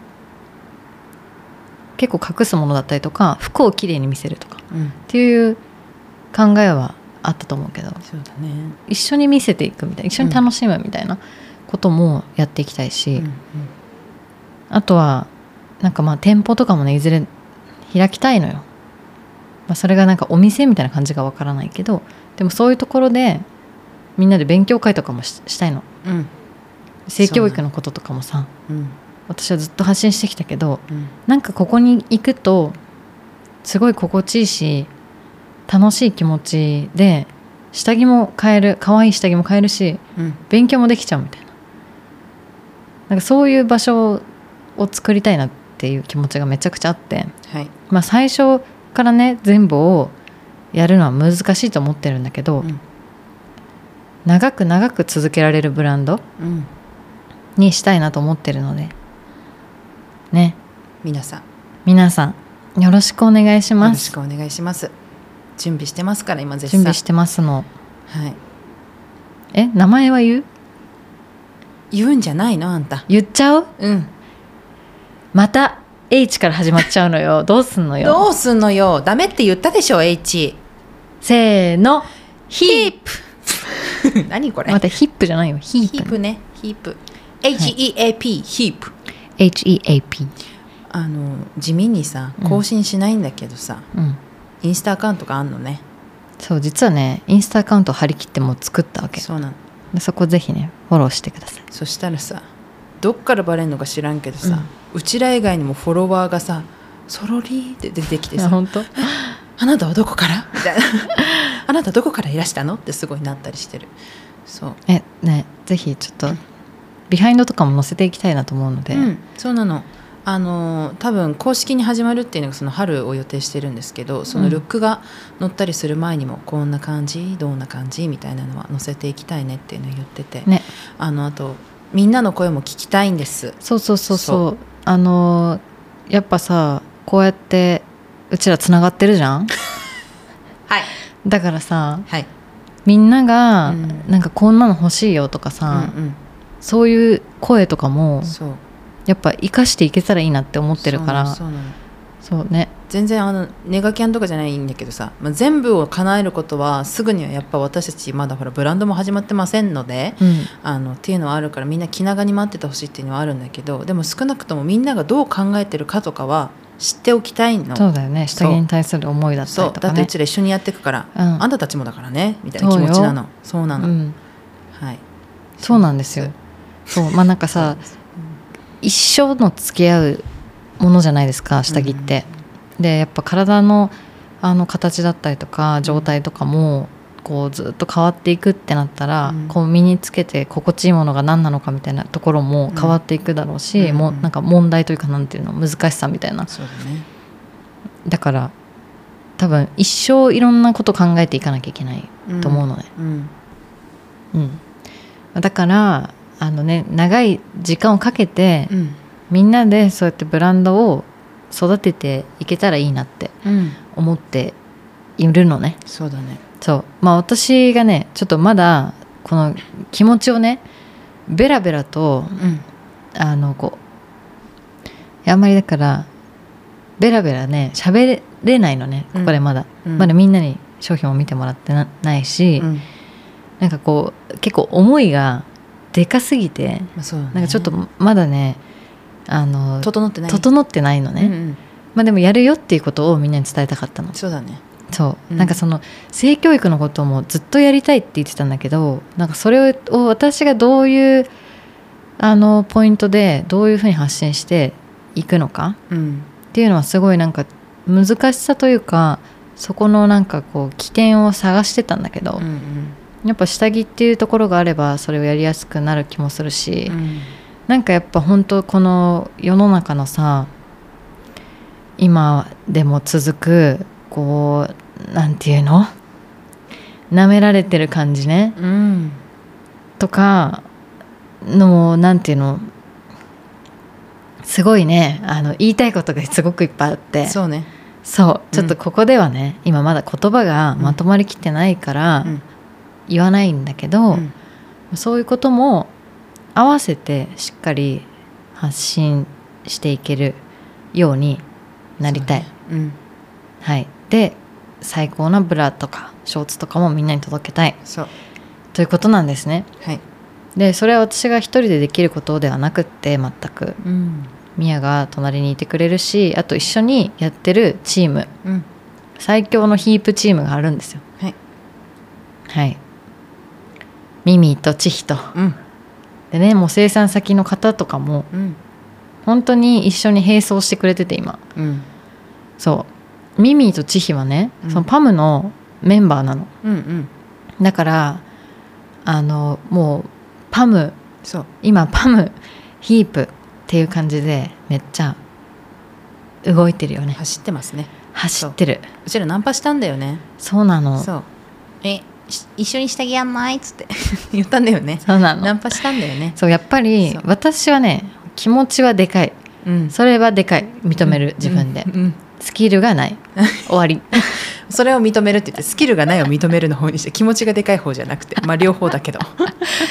結構隠すものだったりとか服をきれいに見せるとか、うん、っていう考えはあったと思うけど、 そうだね、 一緒に見せていくみたいな一緒に楽しむみたいなこともやっていきたいし、うんうん、あとはなんかまあ店舗とかもねいずれ開きたいのよ、まあ、それがなんかお店みたいな感じがわからないけどでもそういうところでみんなで勉強会とかも し, したいの、うん、性教育のこととかもさ、うん、私はずっと発信してきたけど、うん、なんかここに行くとすごい心地いいし楽しい気持ちで下着も買える可愛い下着も買えるし、うん、勉強もできちゃうみたいな、なんかそういう場所を作りたいなっていう気持ちがめちゃくちゃあって、はい、まあ最初からね全部をやるのは難しいと思ってるんだけど、うん、長く長く続けられるブランドにしたいなと思ってるのでね、 皆さん皆さんよろしくお願いします。 よろしくお願いします。準備してますから今絶賛準備してますの。 はい。 え名前は言う言うんじゃないのあんた。 言っちゃう？ うん。 また H から始まっちゃうのよ。どうすんのよ。 どうすんのよ。ダメって言ったでしょ H。 せーのヒープ何これ。 待ってヒップじゃないよヒープヒープねヒープ エイチイーエーピー、ヒープエイチイーエーピーあの地味にさ更新しないんだけどさ、 うん、 インスタアカウントがあんのね。 そう実はねインスタアカウントを張り切ってもう作ったわけ。 そうなの。 でそこぜひねフォローしてください。 そしたらさどっからバレんのか知らんけどさ、うん、うちら以外にもフォロワーがさそろりーって出てきてさ本当あなたはどこからみたいなあなたどこからいらしたのってすごいなったりしてる。そうえねぜひちょっと、うん、ビハインドとかも載せていきたいなと思うので、 うん、そうなの。あの多分公式に始まるっていうのがその春を予定してるんですけど、そのルックが載ったりする前にもこんな感じどんな感じみたいなのは載せていきたいねっていうのを言ってて、 ね、 あのあとみんなの声も聞きたいんです。 そうそうそうそうあのやっぱさこうやってうちらつながってるじゃんはいだからさ、 はい、 みんなが、 うん、 なんかこんなの欲しいよとかさ、うんうん、そういう声とかもそうやっぱ生かしていけたらいいなって思ってるから。 そうなのそうね全然あのネガキャンとかじゃないんだけどさ、まあ、全部を叶えることはすぐにはやっぱ私たちまだほらブランドも始まってませんので、うん、あのっていうのはあるからみんな気長に待っててほしいっていうのはあるんだけど、でも少なくともみんながどう考えてるかとかは知っておきたいの。 そうだよね下着に対する思いだったりとかね。 そうだってうちら一緒にやっていくから、うん、あんたたちもだからねみたいな気持ちなの。そうなの、うん、はいそうなんですよ。そうまあなんかさ一生の付き合うものじゃないですか下着って、うん、でやっぱ体のあの形だったりとか状態とかもこうずっと変わっていくってなったら、うん、こう身につけて心地いいものが何なのかみたいなところも変わっていくだろうし、うん、もうなんか問題というかなんていうの難しさみたいな。 そうだね。 だから多分一生いろんなこと考えていかなきゃいけないと思うのね、うんうんうん、だからあのね長い時間をかけて、うん、みんなでそうやってブランドを育てていけたらいいなって思っているのね、 うん、そうだね。 そうまあ私がねちょっとまだこの気持ちをねベラベラと、うん、あのこうあんまりだからベラベラね喋れないのねここでまだ、うん、まだみんなに商品を見てもらって な, ないし、うん、なんかこう結構思いがでかすぎて、まあそうね、なんかちょっとまだねあの整ってない整ってないのね、うんうん、まあでもやるよっていうことをみんなに伝えたかったの。 そうだね。 そう、うん、なんかその性教育のこともずっとやりたいって言ってたんだけど、なんかそれを私がどういうあのポイントでどういうふうに発信していくのか、うん、っていうのはすごいなんか難しさというかそこのなんかこう起点を探してたんだけど、うんうん、やっぱ下着っていうところがあればそれをやりやすくなる気もするし、うん、なんかやっぱ本当この世の中のさ今でも続くこうなんていうの舐められてる感じね、うん、とかのなんていうのすごいねあの言いたいことがすごくいっぱいあって、 そうねそうちょっとここではね、うん、今まだ言葉がまとまりきってないから言わないんだけど、うん、そういうことも合わせてしっかり発信していけるようになりたい、ねうん、はいで最高なブラとかショーツとかもみんなに届けたいそうということなんですね、 はい、 でそれは私が一人でできることではなくって全く、うん、ミヤが隣にいてくれるしあと一緒にやってるチーム、うん、最強のヒープチームがあるんですよ。 はい、 はい、ミミとチヒと、うん、でねもう生産先の方とかも、うん、本当に一緒に並走してくれてて今、うん、そうミミとチヒはね、うん、そのパムのメンバーなの、うんうん、だからあのもうパムそう今パムヒープっていう感じでめっちゃ動いてるよね。 走ってますね。 走ってる。 うちらナンパしたんだよね。 そうなの。 そうえ一緒に下着やんないっつって言ったんだよね。 そうなの。 ナンパしたんだよね。 そうやっぱり私はね気持ちはでかい、うん、それはでかい認める、うん、自分で、うんうん、スキルがない終わりそれを認めるって言ってスキルがないを認めるの方にして気持ちがでかい方じゃなくてまあ両方だけど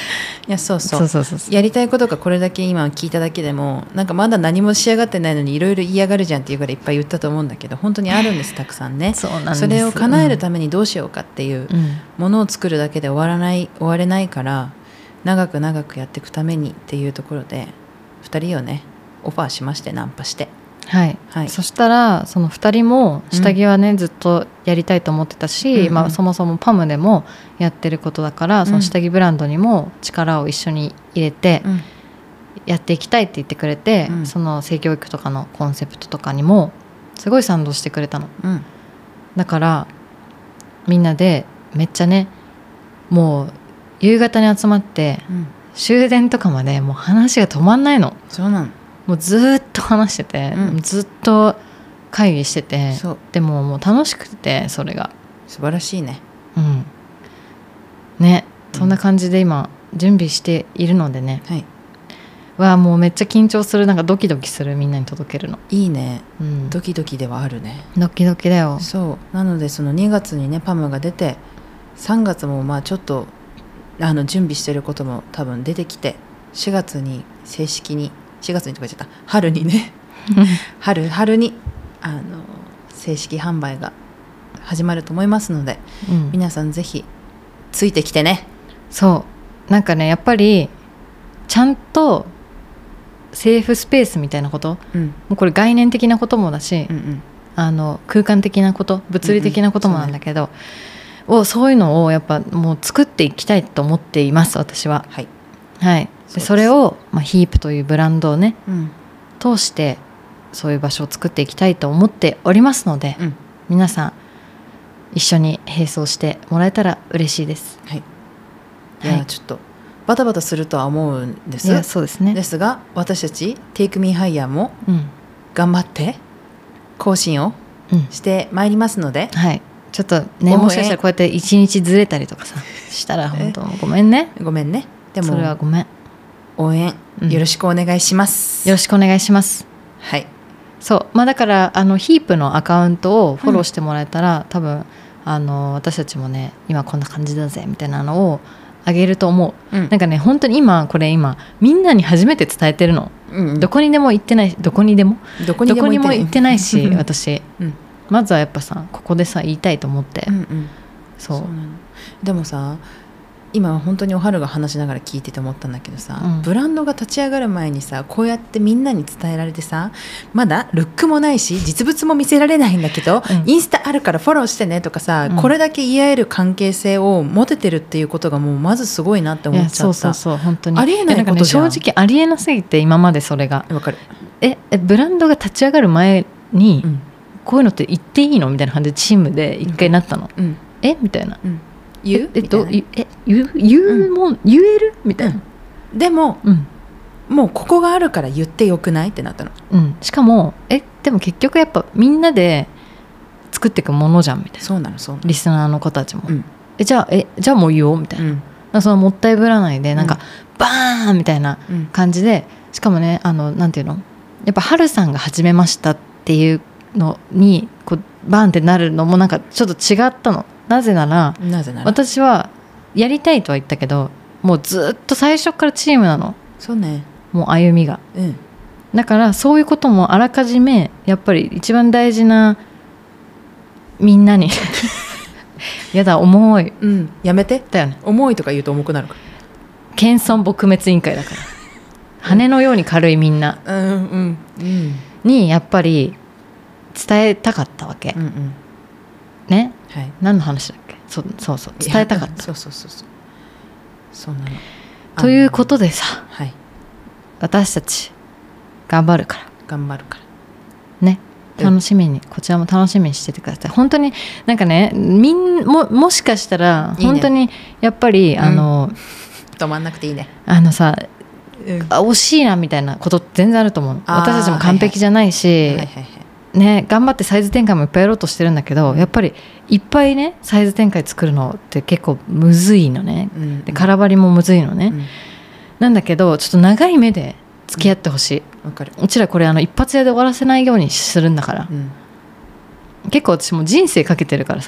いやそうそうそうそうそうそうやりたいことがこれだけ今聞いただけでもなんかまだ何も仕上がってないのにいろいろ嫌がるじゃんっていうからいっぱい言ったと思うんだけど本当にあるんですたくさんね。 そうなんです。 それを叶えるためにどうしようかっていううんものを作るだけで終わらない終われないから長く長くやっていくためにっていうところでふたりをねオファーしましてナンパして、 はいはい、 そしたらそのふたりも下着はね、うん、ずっとやりたいと思ってたし、うんうんまあ、そもそもパムでもやってることだから、うん、その下着ブランドにも力を一緒に入れてやっていきたいって言ってくれて、うん、その性教育とかのコンセプトとかにもすごい賛同してくれたの、うん、だからみんなでめっちゃねもう夕方に集まって、うん、終電とかまでもう話が止まんないの。 そうなのもうずっと話してて、うん、ずっと会議しててでももう楽しくてそれが素晴らしいね。 うんねそんな感じで今準備しているのでね、 はい、 わあもうめっちゃ緊張するなんかドキドキするみんなに届けるのいいね、 うん、 ドキドキではあるね。 ドキドキだよ。 そうなのでそのにがつにねパムが出てさんがつもまあちょっとあの準備してることも多分出てきてしがつに正式にしがつにとか言っちゃった春にね春春にあの正式販売が始まると思いますので、うん、皆さんぜひついてきてね。 そうなんかねやっぱりちゃんとセーフスペースみたいなこと、うん、もうこれ概念的なこともだし、うんうん、あの空間的なこと物理的なこともなんだけど、うんうん、そう、ね、そういうのをやっぱもう作っていきたいと思っています私は。 はい、 はい、でそれを、まあ、ヒープというブランドをね、うん、通してそういう場所を作っていきたいと思っておりますので、うん、皆さん一緒に並走してもらえたら嬉しいです。 はい、いや、はい、ちょっとバタバタするとは思うんです。 いやそうですね。 ですが私たち Take Me Higher も頑張って更新をしてまいりますので、 うん、はいちょっとねもしかしたらこうやって一日ずれたりとかさしたら本当ごめんね。 ごめんね。でもそれはごめん。 応援よろしくお願いします、 うん、よろしくお願いします。 はいそうまあだからあのヒープのアカウントをフォローしてもらえたら、うん、多分あの私たちもね今こんな感じだぜみたいなのをあげると思う、うん、なんかね本当に今これ今みんなに初めて伝えてるの、うんうん、どこにでも行ってないどこにでもどこにでも行ってないし私、うん、まずはやっぱさここでさ言いたいと思って、うんうん、そう、そうなの。 でもさ今本当におはるが話しながら聞いてて思ったんだけどさ、うん、ブランドが立ち上がる前にさこうやってみんなに伝えられてさまだルックもないし実物も見せられないんだけど、うん、インスタあるからフォローしてねとかさ、うん、これだけ言い合える関係性を持ててるっていうことがもうまずすごいなって思っちゃった。 そうそうそう本当にありえないことじゃん。 なんかね、正直ありえなすぎて今までそれがわかる。 ええブランドが立ち上がる前に、うん、こういうのって言っていいのみたいな感じでチームで一回なったの、うん、えみたいな、うん言うえっとえ言う言うもん、うん、言えるみたいな、 うん、でも、うん、もうここがあるから言ってよくないってなったの、 うん、しかもえでも結局やっぱみんなで作っていくものじゃんみたいな。 そうなのそうなの。 リスナーの子たちも、うん、えじゃあえじゃあもう言おうみたいな、うん、なんかそのもったいぶらないでなんか、うん、バーンみたいな感じで、しかもねあのなんていうのやっぱ春さんが始めましたっていうのにこうバーンってなるのもなんかちょっと違ったの。なぜなら、 なぜなら私はやりたいとは言ったけどもうずっと最初からチームなの。 そうね。 もう歩みが、 うん、 だからそういうこともあらかじめやっぱり一番大事なみんなにやだ重い、 うん、やめてだよね。 重いとか言うと重くなるから。 謙遜撲滅委員会だから羽のように軽いみんなにやっぱり伝えたかったわけ、うんうん、ね、はい、何の話だっけ。そそうそう伝えたかった。 そうそうそうそうそうなの。 ということでさ、 はい、 私たち頑張るから頑張るからね、楽しみに、うん、こちらも楽しみにしててください。本当になんかねみん も, もしかしたら本当にやっぱりいい、ね、あの、うん、 止まんなくていいね。 あのさ、うん、あ惜しいなみたいなこと全然あると思う。私たちも完璧じゃないし、はいはいはいはいね、頑張ってサイズ展開もいっぱいやろうとしてるんだけど、やっぱりいっぱいねサイズ展開作るのって結構むずいのね、うん、で空張りもむずいのね、うん、なんだけどちょっと長い目で付き合ってほしい、うん、わかる。うちらこれあの一発屋で終わらせないようにするんだから、うん、結構私も人生かけてるからさ。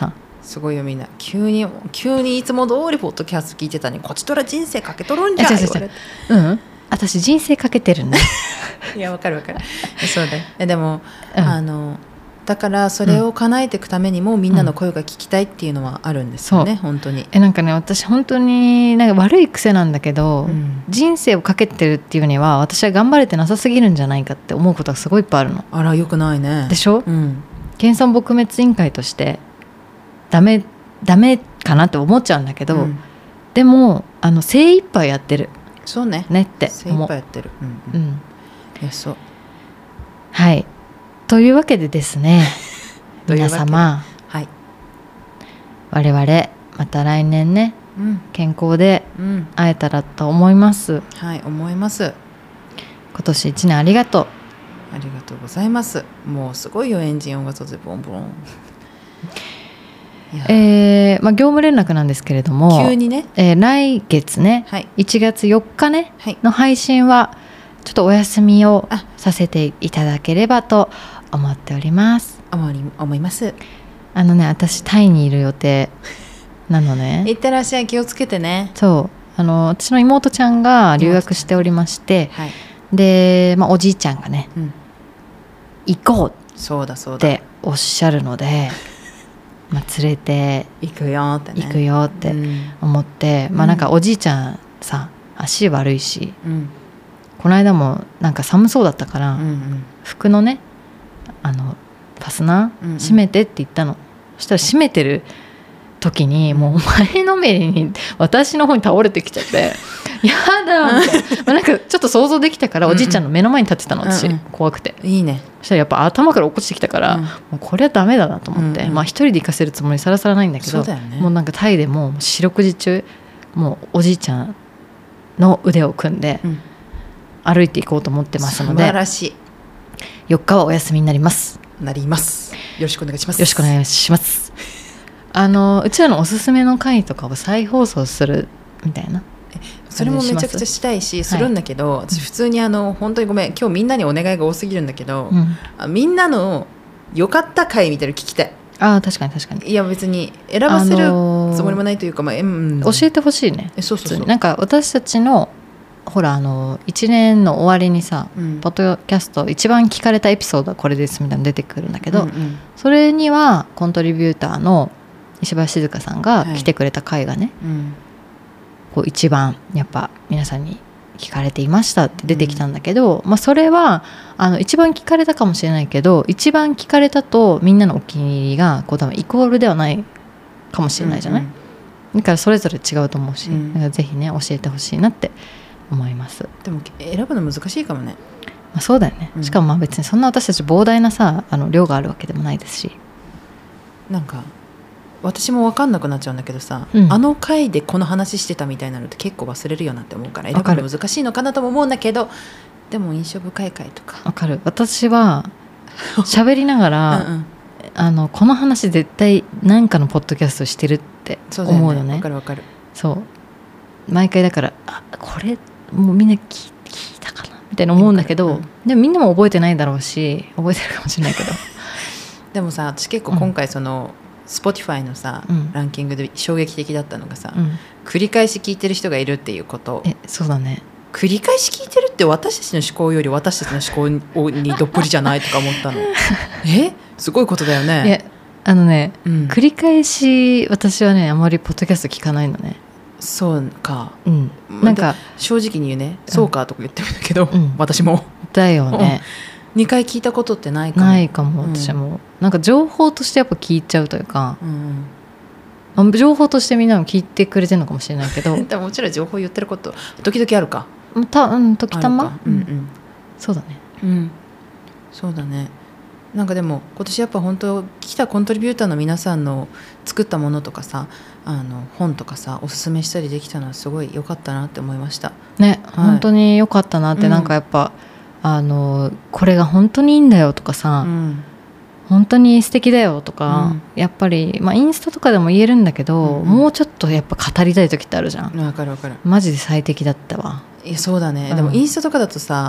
すごいよみんな急に急にいつも通りポッドキャスト聞いてたのにこちとら人生かけとるんじゃん言われてうん私人生かけてるねいやわかるわかるそうだよでも、 うん、 あのだからそれを叶えていくためにも、うん、みんなの声が聞きたいっていうのはあるんですよね、うん、本当にえなんかね私本当になんか悪い癖なんだけど、 うん、 人生をかけてるっていうには私は頑張れてなさすぎるんじゃないかって思うことがすごいいっぱいあるの。 あらよくないねでしょ、 うん、 謙遜撲滅委員会としてダメダメかなって思っちゃうんだけど、うん、でもあの精一杯やってるそうねねって精一杯やってる、うんうん、いやそうはいというわけでですね皆様、 はい、 我々また来年ね、うん、健康で会えたらと思います、 うん、はい思います。 今年いちねんありがとう。 ありがとうございます。もうすごいよエンジン音が突然ボンボンえーまあ、業務連絡なんですけれども急にね、 えー、来月ね、はい、いちがつよっかね、はい、の配信はちょっとお休みをさせていただければと思っております。 思い、思います。 あのね私タイにいる予定なのね。 いってらっしゃい気をつけてね。 そうあの私の妹ちゃんが留学しておりまして、はい、で、まあ、おじいちゃんがね、うん、行こうっておっしゃるのでまあ、連れて行くよって、ね、 行くよって思って、うん、まあなんかおじいちゃんさ足悪いし、うん、この間もなんか寒そうだったから、うんうん、服のねあのファスナー閉めてって言ったの、うんうん、そしたら閉めてる時にもう前のめりに私の方に倒れてきちゃってやだみたいな、まあ、なんかちょっと想像できたからおじいちゃんの目の前に立ってたの私、うんうん、怖くていいね。 そしたらやっぱ頭から落っこちてきたから、うん、もうこれはダメだなと思って、うんうん、まあ一人で行かせるつもりさらさらないんだけど、 そうだよね、 もうなんかタイでも四六時中もうおじいちゃんの腕を組んで歩いていこうと思ってますので、 素晴らしい。 よっかはお休みになりますなりますよろしくお願いします。 よろしくお願いしますあのうちらのおすすめの回とかを再放送するみたいな、 それもめちゃくちゃしたいしするんだけど、はい、私普通にあの本当にごめん今日みんなにお願いが多すぎるんだけど、うん、みんなの良かった回みたいなの聞きたい。 あ確かに確かに。 いや別に選ばせるつもりもないというか、まあうん、 教えてほしいね。 えそうそうそうなんか私たちのほらあのいちねんの終わりにさ、うん、ポッドキャスト一番聞かれたエピソードはこれですみたいなの出てくるんだけど、うんうん、それにはコントリビューターの石橋静香さんが来てくれた回がね、はいうん、こう一番やっぱ皆さんに聞かれていましたって出てきたんだけど、うんまあ、それはあの一番聞かれたかもしれないけど一番聞かれたとみんなのお気に入りがこう多分イコールではないかもしれないじゃない、うんうん、だからそれぞれ違うと思うし、うん、だからぜひね教えてほしいなって思います。 でも選ぶの難しいかもね。 まあ、そうだよね、うん、しかもまあ別にそんな私たち膨大なさあの量があるわけでもないですし、 なんか私も分かんなくなっちゃうんだけどさ、うん、あの回でこの話してたみたいなのって結構忘れるよなって思うから選ぶの難しいのかなとも思うんだけど、でも印象深い回とか分かる。私は喋りながらうん、うん、あのこの話絶対何かのポッドキャストしてるって思うよね。 分かる分かる。 そう毎回だからあこれもうみんな 聞, 聞いたかなみたいな思うんだけど、うん、でもみんなも覚えてないだろうし覚えてるかもしれないけどでもさ私結構今回その、うんSpotify のさ、うん、ランキングで衝撃的だったのがさ、うん、繰り返し聞いてる人がいるっていうこと。 えそうだね。 繰り返し聞いてるって私たちの思考より私たちの思考にどっぷりじゃないとか思ったのえすごいことだよね。 いやあのね、うん、繰り返し私はねあまりポッドキャスト聞かないのね。 そうか、 うん、なんか正直に言うね、うん、そうかとか言ってるんだけど、うん、私もだよねにかい聞いたことってないかも。 ないかも私も、うん、なんか情報としてやっぱ聞いちゃうというか、うん、情報としてみんなも聞いてくれてるのかもしれないけどでももちろん情報言ってること時々あるかた、うん、時たま、うんうん、そうだね、 うん、そうだね。なんかでも今年やっぱ本当来たコントリビューターの皆さんの作ったものとかさあの本とかさおすすめしたりできたのはすごい良かったなって思いましたね、はい、本当に良かったなって、うん、なんかやっぱあのこれが本当にいいんだよとかさ、うん、本当に素敵だよとか、うん、やっぱり、まあ、インスタとかでも言えるんだけど、うん、もうちょっとやっぱ語りたい時ってあるじゃん。 わかるわかる。 マジで最適だったわ。 いやそうだね、うん、でもインスタとかだとさ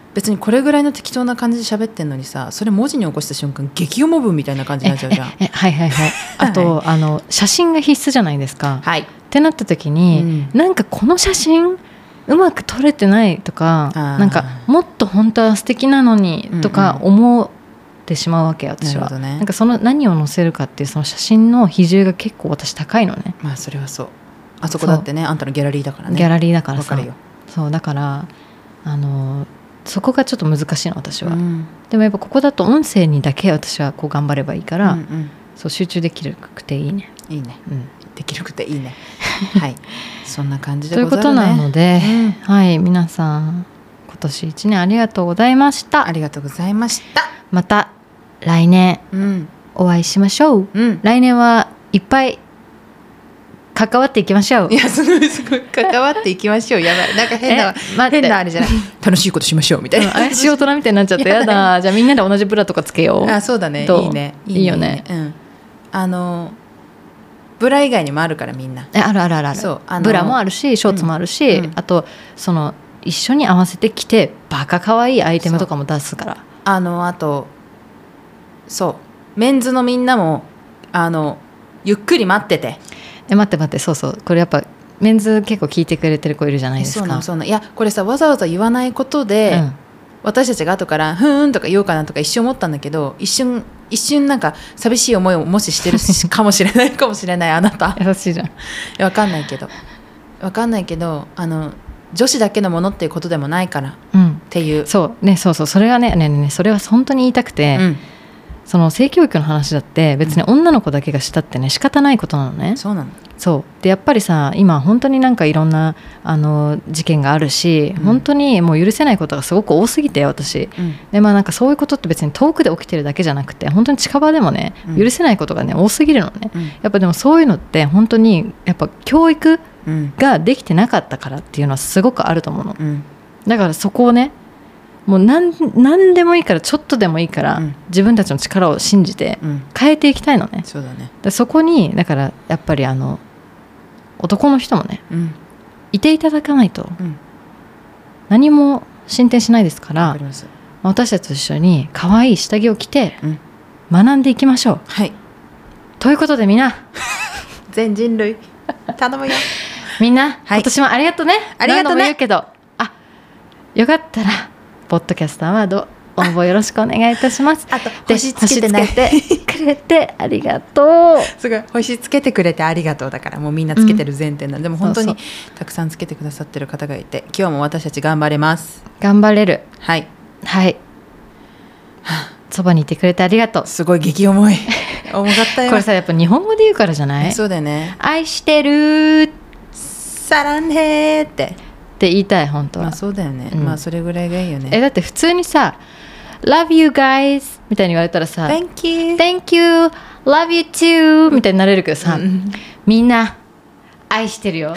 別にこれぐらいの適当な感じで喋ってんのにさ、それ文字に起こした瞬間激読モ文みたいな感じになっちゃうじゃん。 えええはいはいはいあと、はい、あの写真が必須じゃないですか、 はい、 ってなった時に、うん、なんかこの写真うまく撮れてないとか、なんかもっと本当は素敵なのにとか思ってしまうわけ、私は。なるほどね。なんかその何を載せるかっていうその写真の比重が結構私高いのね。 まあそれはそう。あそこだってね、あんたのギャラリーだからね。 ギャラリーだからさ。 わかるよ。 そうだからあのそこがちょっと難しいの私は、うん、でもやっぱここだと音声にだけ私はこう頑張ればいいから、うんうん、そう集中できるくていいね。 いいね、うん、できるくていいねはいそんな感じでござるね。 ということなので、うん、はい皆さん今年いちねんありがとうございました。 ありがとうございました。 また来年お会いしましょう、うん、来年はいっぱい関わっていきましょう。 いやすごいすごい関わっていきましょう。やばいなんか変な変なあれじゃない楽しいことしましょうみたいな、 怪しい大人みたいになっちゃってやだ。じゃあみんなで同じブラとかつけよう。 あそうだねいいねいいよね、 うん、あのブラ以外にもあるからみんなあるあるあるある。そうあのブラもあるしショーツもあるし、うん、あとその一緒に合わせてきてバカかわいいアイテムとかも出すから。 あのあとそうメンズのみんなもあのゆっくり待ってて。 え待って待ってそうそうこれやっぱメンズ結構聞いてくれてる子いるじゃないですか。 そうなそうないやこれさわざわざ言わないことで、うん、私たちが後からふーんとか言おうかなとか一瞬思ったんだけど一瞬一瞬なんか寂しい思いをもししてるかもしれないかもしれないあなた優しいじゃん。 分かんないけど分かんないけどあの女子だけのものっていうことでもないから、うん、っていうそうねそうそうそれはねねねねそれは本当に言いたくて、うん、その性教育の話だって別に女の子だけがしたってね仕方ないことなのね。 そうなの。 そうでやっぱりさ今本当になんかいろんなあの事件があるし、うん、本当にもう許せないことがすごく多すぎて私、うん、でまあなんかそういうことって別に遠くで起きてるだけじゃなくて本当に近場でもね、うん、許せないことがね多すぎるのね、うん、やっぱでもそういうのって本当にやっぱ教育ができてなかったからっていうのはすごくあると思うの、うん、だからそこをねもう 何, 何でもいいからちょっとでもいいから、うん、自分たちの力を信じて変えていきたいのね、うん、 そうだね。 でそこにだからやっぱりあの男の人もね、うん、いていただかないと何も進展しないですから、うん、私たちと一緒に可愛い下着を着て学んでいきましょう、うん、はいということでみんな全人類頼むよみんな、はい、今年もありがとうね。 ありがとうね。 何度も言うけどあよかったらポッドキャストアワード応募よろしくお願いいたします。 あと星つけてない星つけてくれてありがとう。 すごい星つけてくれてありがとうだからもうみんなつけてる前提なんで、うん、でも本当にたくさんつけてくださってる方がいて今日も私たち頑張れます。 頑張れる。 はいはいそばにいてくれてありがとう。 すごい激重い重かったよ。 これさやっぱ日本語で言うからじゃない。 そうだよね。 愛してるサランヘーってって言いたい本当は。 まあそうだよね、うん、まあそれぐらいがいいよね。 えだって普通にさ Love you guys みたいに言われたらさ Thank you Thank you Love you too みたいになれるけどさ、うん、みんな愛してるよ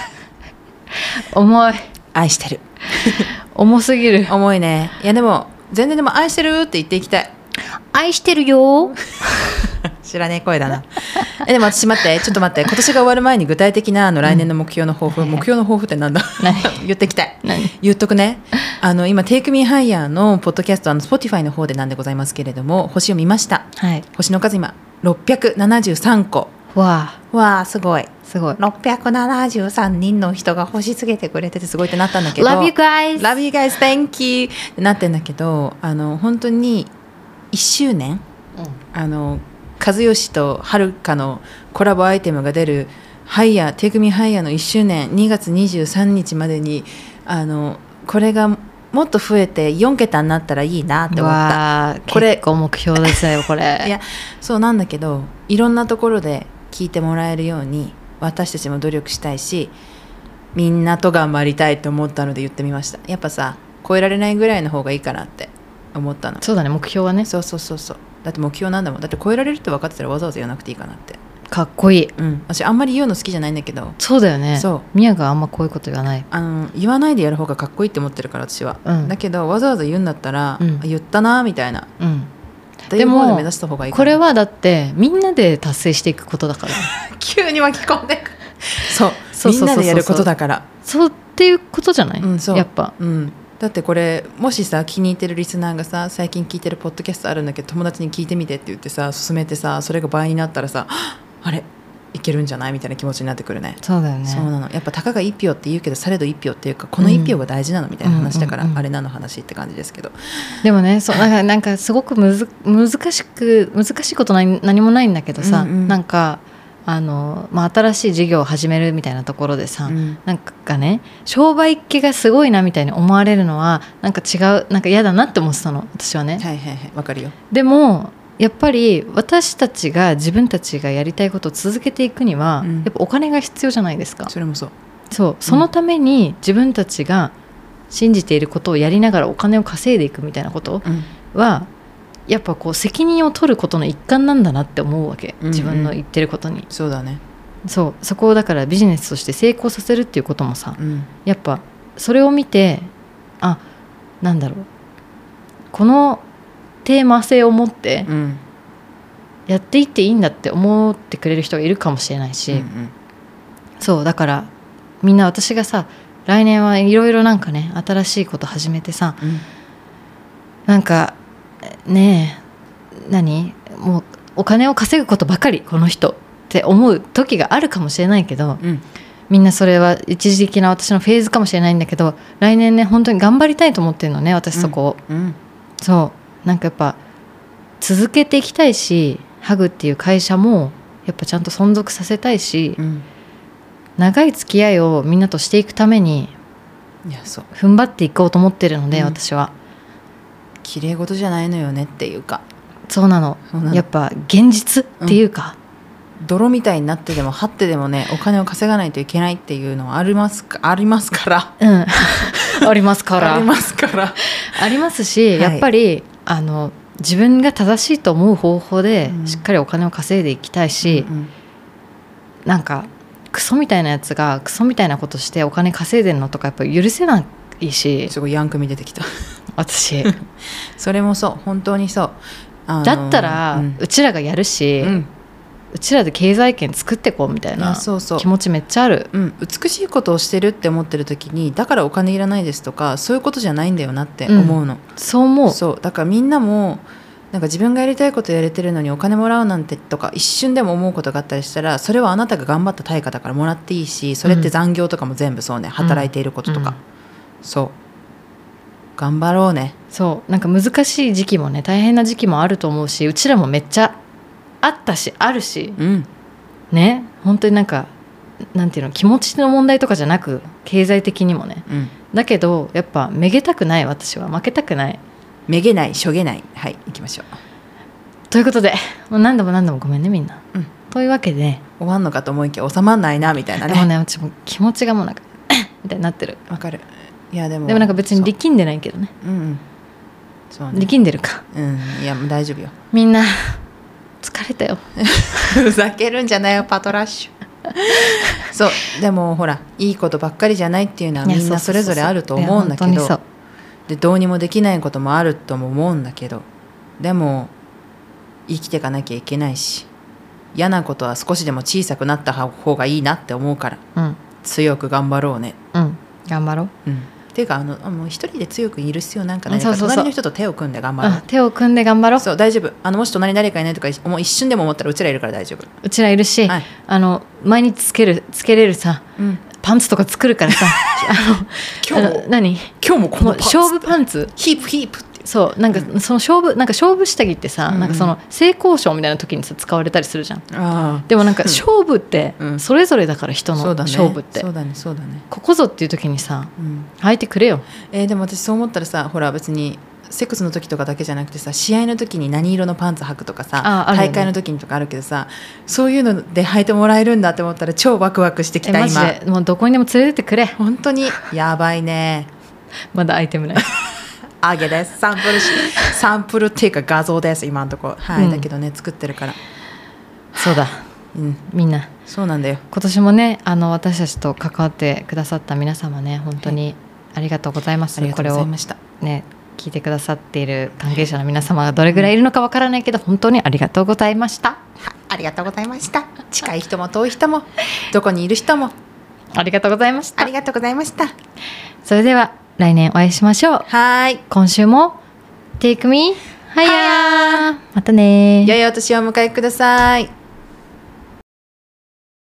重い。 愛してる重すぎる。 重いね。いやでも全然でも愛してるって言っていきたい。 愛してるよ知らねえ声だなえでも私待ってちょっと待って今年が終わる前に具体的なあの来年の目標の抱負、うん、目標の抱負ってなんだ言っていきたい。言っとくね。あの今 Take Me Higher のポッドキャストあの Spotify の方でなんでございますけれども星を見ました、はい、星の数今ろっぴゃくななじゅうさんこ。 わあわあすごいすごい。 ろっぴゃくななじゅうさんにんの人が星つけてくれててすごいってなったんだけど Love you guys Love you guys Thank you ってなってんだけどあの本当にいっしゅうねん、うん、あの和義とはるかのコラボアイテムが出るハイヤー Take Me Higher のいっしゅうねんにがつにじゅうさんにちまでにあのこれがもっと増えてよんけたになったらいいなって思った。 これ結構目標ですよこれいやそうなんだけどいろんなところで聞いてもらえるように私たちも努力したいしみんなと頑張りたいと思ったので言ってみました。やっぱさ超えられないぐらいの方がいいかなって思ったの。 そうだね目標はね。 そうそうそうそうだって目標なんだもん。だって超えられるって分かってたらわざわざ言わなくていいかなって。 かっこいい、 うん、私あんまり言うの好きじゃないんだけど。 そうだよね。 そうミヤがあんまこういうこと言わない。 あの言わないでやる方がかっこいいって思ってるから私は、うん、だけどわざわざ言うんだったら、うん、言ったなみたいな、うん、っていう方で目指した方がいいかな。 これはだってみんなで達成していくことだから急に巻き込んでそうみんなでやることだから。 そうっていうことじゃない、 うん、そうやっぱ、 うん、 だってこれもしさ気に入ってるリスナーがさ最近聞いてるポッドキャストあるんだけど友達に聞いてみてって言ってさ勧めてさそれが倍になったらさあれいけるんじゃないみたいな気持ちになってくるね。 そうだよね。 そうなの。やっぱたかが一票って言うけどされど一票っていうかこの一票が大事なのみたいな話だから、 うんうんうんうん、 あれ何の話って感じですけど、 でもねそうなんかなんかすごくむず難しく難しいこと何何もないんだけどさ、うんうん、なんかあの、まあ、新しい事業を始めるみたいなところでさ、うん、なんかね商売っ気がすごいなみたいに思われるのはなんか違うなんか嫌だなって思ってたの私はね。 はいはいはいわかるよ。 でもやっぱり私たちが自分たちがやりたいことを続けていくには、うん、やっぱお金が必要じゃないですか。 それもそうそうそのために自分たちが信じていることをやりながらお金を稼いでいくみたいなことは、うん、やっぱこう責任を取ることの一環なんだなって思うわけ、うんうん、自分の言ってることに。 そうだね。 そうそこをだからビジネスとして成功させるっていうこともさ、 うん、 やっぱそれを見てあなんだろうこのテーマ性を持ってやっていっていいんだって思ってくれる人がいるかもしれないし、うんうん、そうだからみんな私がさ来年はいろいろなんかね新しいこと始めてさ、うん、なんかねえ何もうお金を稼ぐことばかりこの人って思う時があるかもしれないけど、うん、みんなそれは一時的な私のフェーズかもしれないんだけど来年ね本当に頑張りたいと思ってるのね私そこを、うんうん、そうなんかやっぱ続けていきたいしハグっていう会社もやっぱちゃんと存続させたいし、うん、長い付き合いをみんなとしていくためにいやそう踏ん張っていこうと思ってるので、うん、私は綺麗事じゃないのよねっていうかそうなのやっぱ現実っていうか、 うん、泥みたいになってでも張ってでもねお金を稼がないといけないっていうのはありますかありますからうんありますからありますからありますし、はい、やっぱりあの自分が正しいと思う方法でしっかりお金を稼いでいきたいし、うんうん、なんかクソみたいなやつがクソみたいなことしてお金稼いでるのとかやっぱ許せないし。 すごいヤンクミ出てきた私それもそう本当にそうあのだったら、うん、うちらがやるし、うん、うちらで経済圏作ってこうみたいな気持ちめっちゃある。 うん、美しいことをしてるって思ってる時にだからお金いらないですとかそういうことじゃないんだよなって思うの、うん、 そう思う。 そうだからみんなもなんか自分がやりたいことやれてるのにお金もらうなんてとか一瞬でも思うことがあったりしたらそれはあなたが頑張った対価だからもらっていいしそれって残業とかも全部そうね、うん、働いていることとか、うん、そう頑張ろうね。 そうなんか難しい時期もね大変な時期もあると思うしうちらもめっちゃあったしあるし、うん、ね本当になんかなんていうの気持ちの問題とかじゃなく経済的にもね、うん、だけどやっぱめげたくない私は負けたくないめげないしょげないはい行きましょうということでもう何度も何度もごめんねみんな、うん、というわけで終わんのかと思いきや収まんないなみたいなね。 でもね私も気持ちがもうなんかみたいになってる。 わかる。いやでもでもなんか別に力んでないけどね。 うんうんそうね、 力んでるか。 うんいや大丈夫よ。 みんな疲れたよふざけるんじゃないよパトラッシュそうでもほらいいことばっかりじゃないっていうのはみんなそれぞれあると思うんだけどでどうにもできないこともあるとも思うんだけどでも生きていかなきゃいけないし嫌なことは少しでも小さくなった方がいいなって思うから、うん、強く頑張ろうね。 うん頑張ろう、うん、 っていうかあのもう一人で強くいる必要なんかないから隣の人と手を組んで頑張ろう。 手を組んで頑張ろう。 そう大丈夫あのもし隣に誰かいないとかもう一瞬でも思ったらうちらいるから大丈夫。 うちらいるし、はい、あの毎日つけるつけれるさ、うん、パンツとか作るからさあの今日も何今日もこのパンツ勝負パンツヒープヒープってそうなんかその勝負なんか勝負下着ってさ、うんうん、なんかその性交渉みたいな時にさ使われたりするじゃん。あでもなんか勝負ってそれぞれだから人の勝負って、 そうだねそうだねここぞっていう時にさ、うん、履いてくれよ。 えー、でも私そう思ったらさほら別にセックスの時とかだけじゃなくてさ試合の時に何色のパンツ履くとかさ、ね、大会の時にとかあるけどさそういうので履いてもらえるんだって思ったら超ワクワクしてきた。 マジでもうどこにでも連れてってくれ本当にやばいねまだアイテムないあげですサンプルサンプルっていうか画像です今のところ、はい、うん、だけどね作ってるからそうだ、うん、みんなそうなんだよ。 今年もねあの私たちと関わってくださった皆様ね本当にありがとうございます、 はい、ありがとうございました。 これをね聞いてくださっている関係者の皆様がどれぐらいいるのかわからないけど、うん、本当にありがとうございました。 ありがとうございました近い人も遠い人もどこにいる人もありがとうございました。 ありがとうございました。 それでは来年お会いしましょう。 はい、 今週も Take me higher。またね。 良いお年をお迎えください。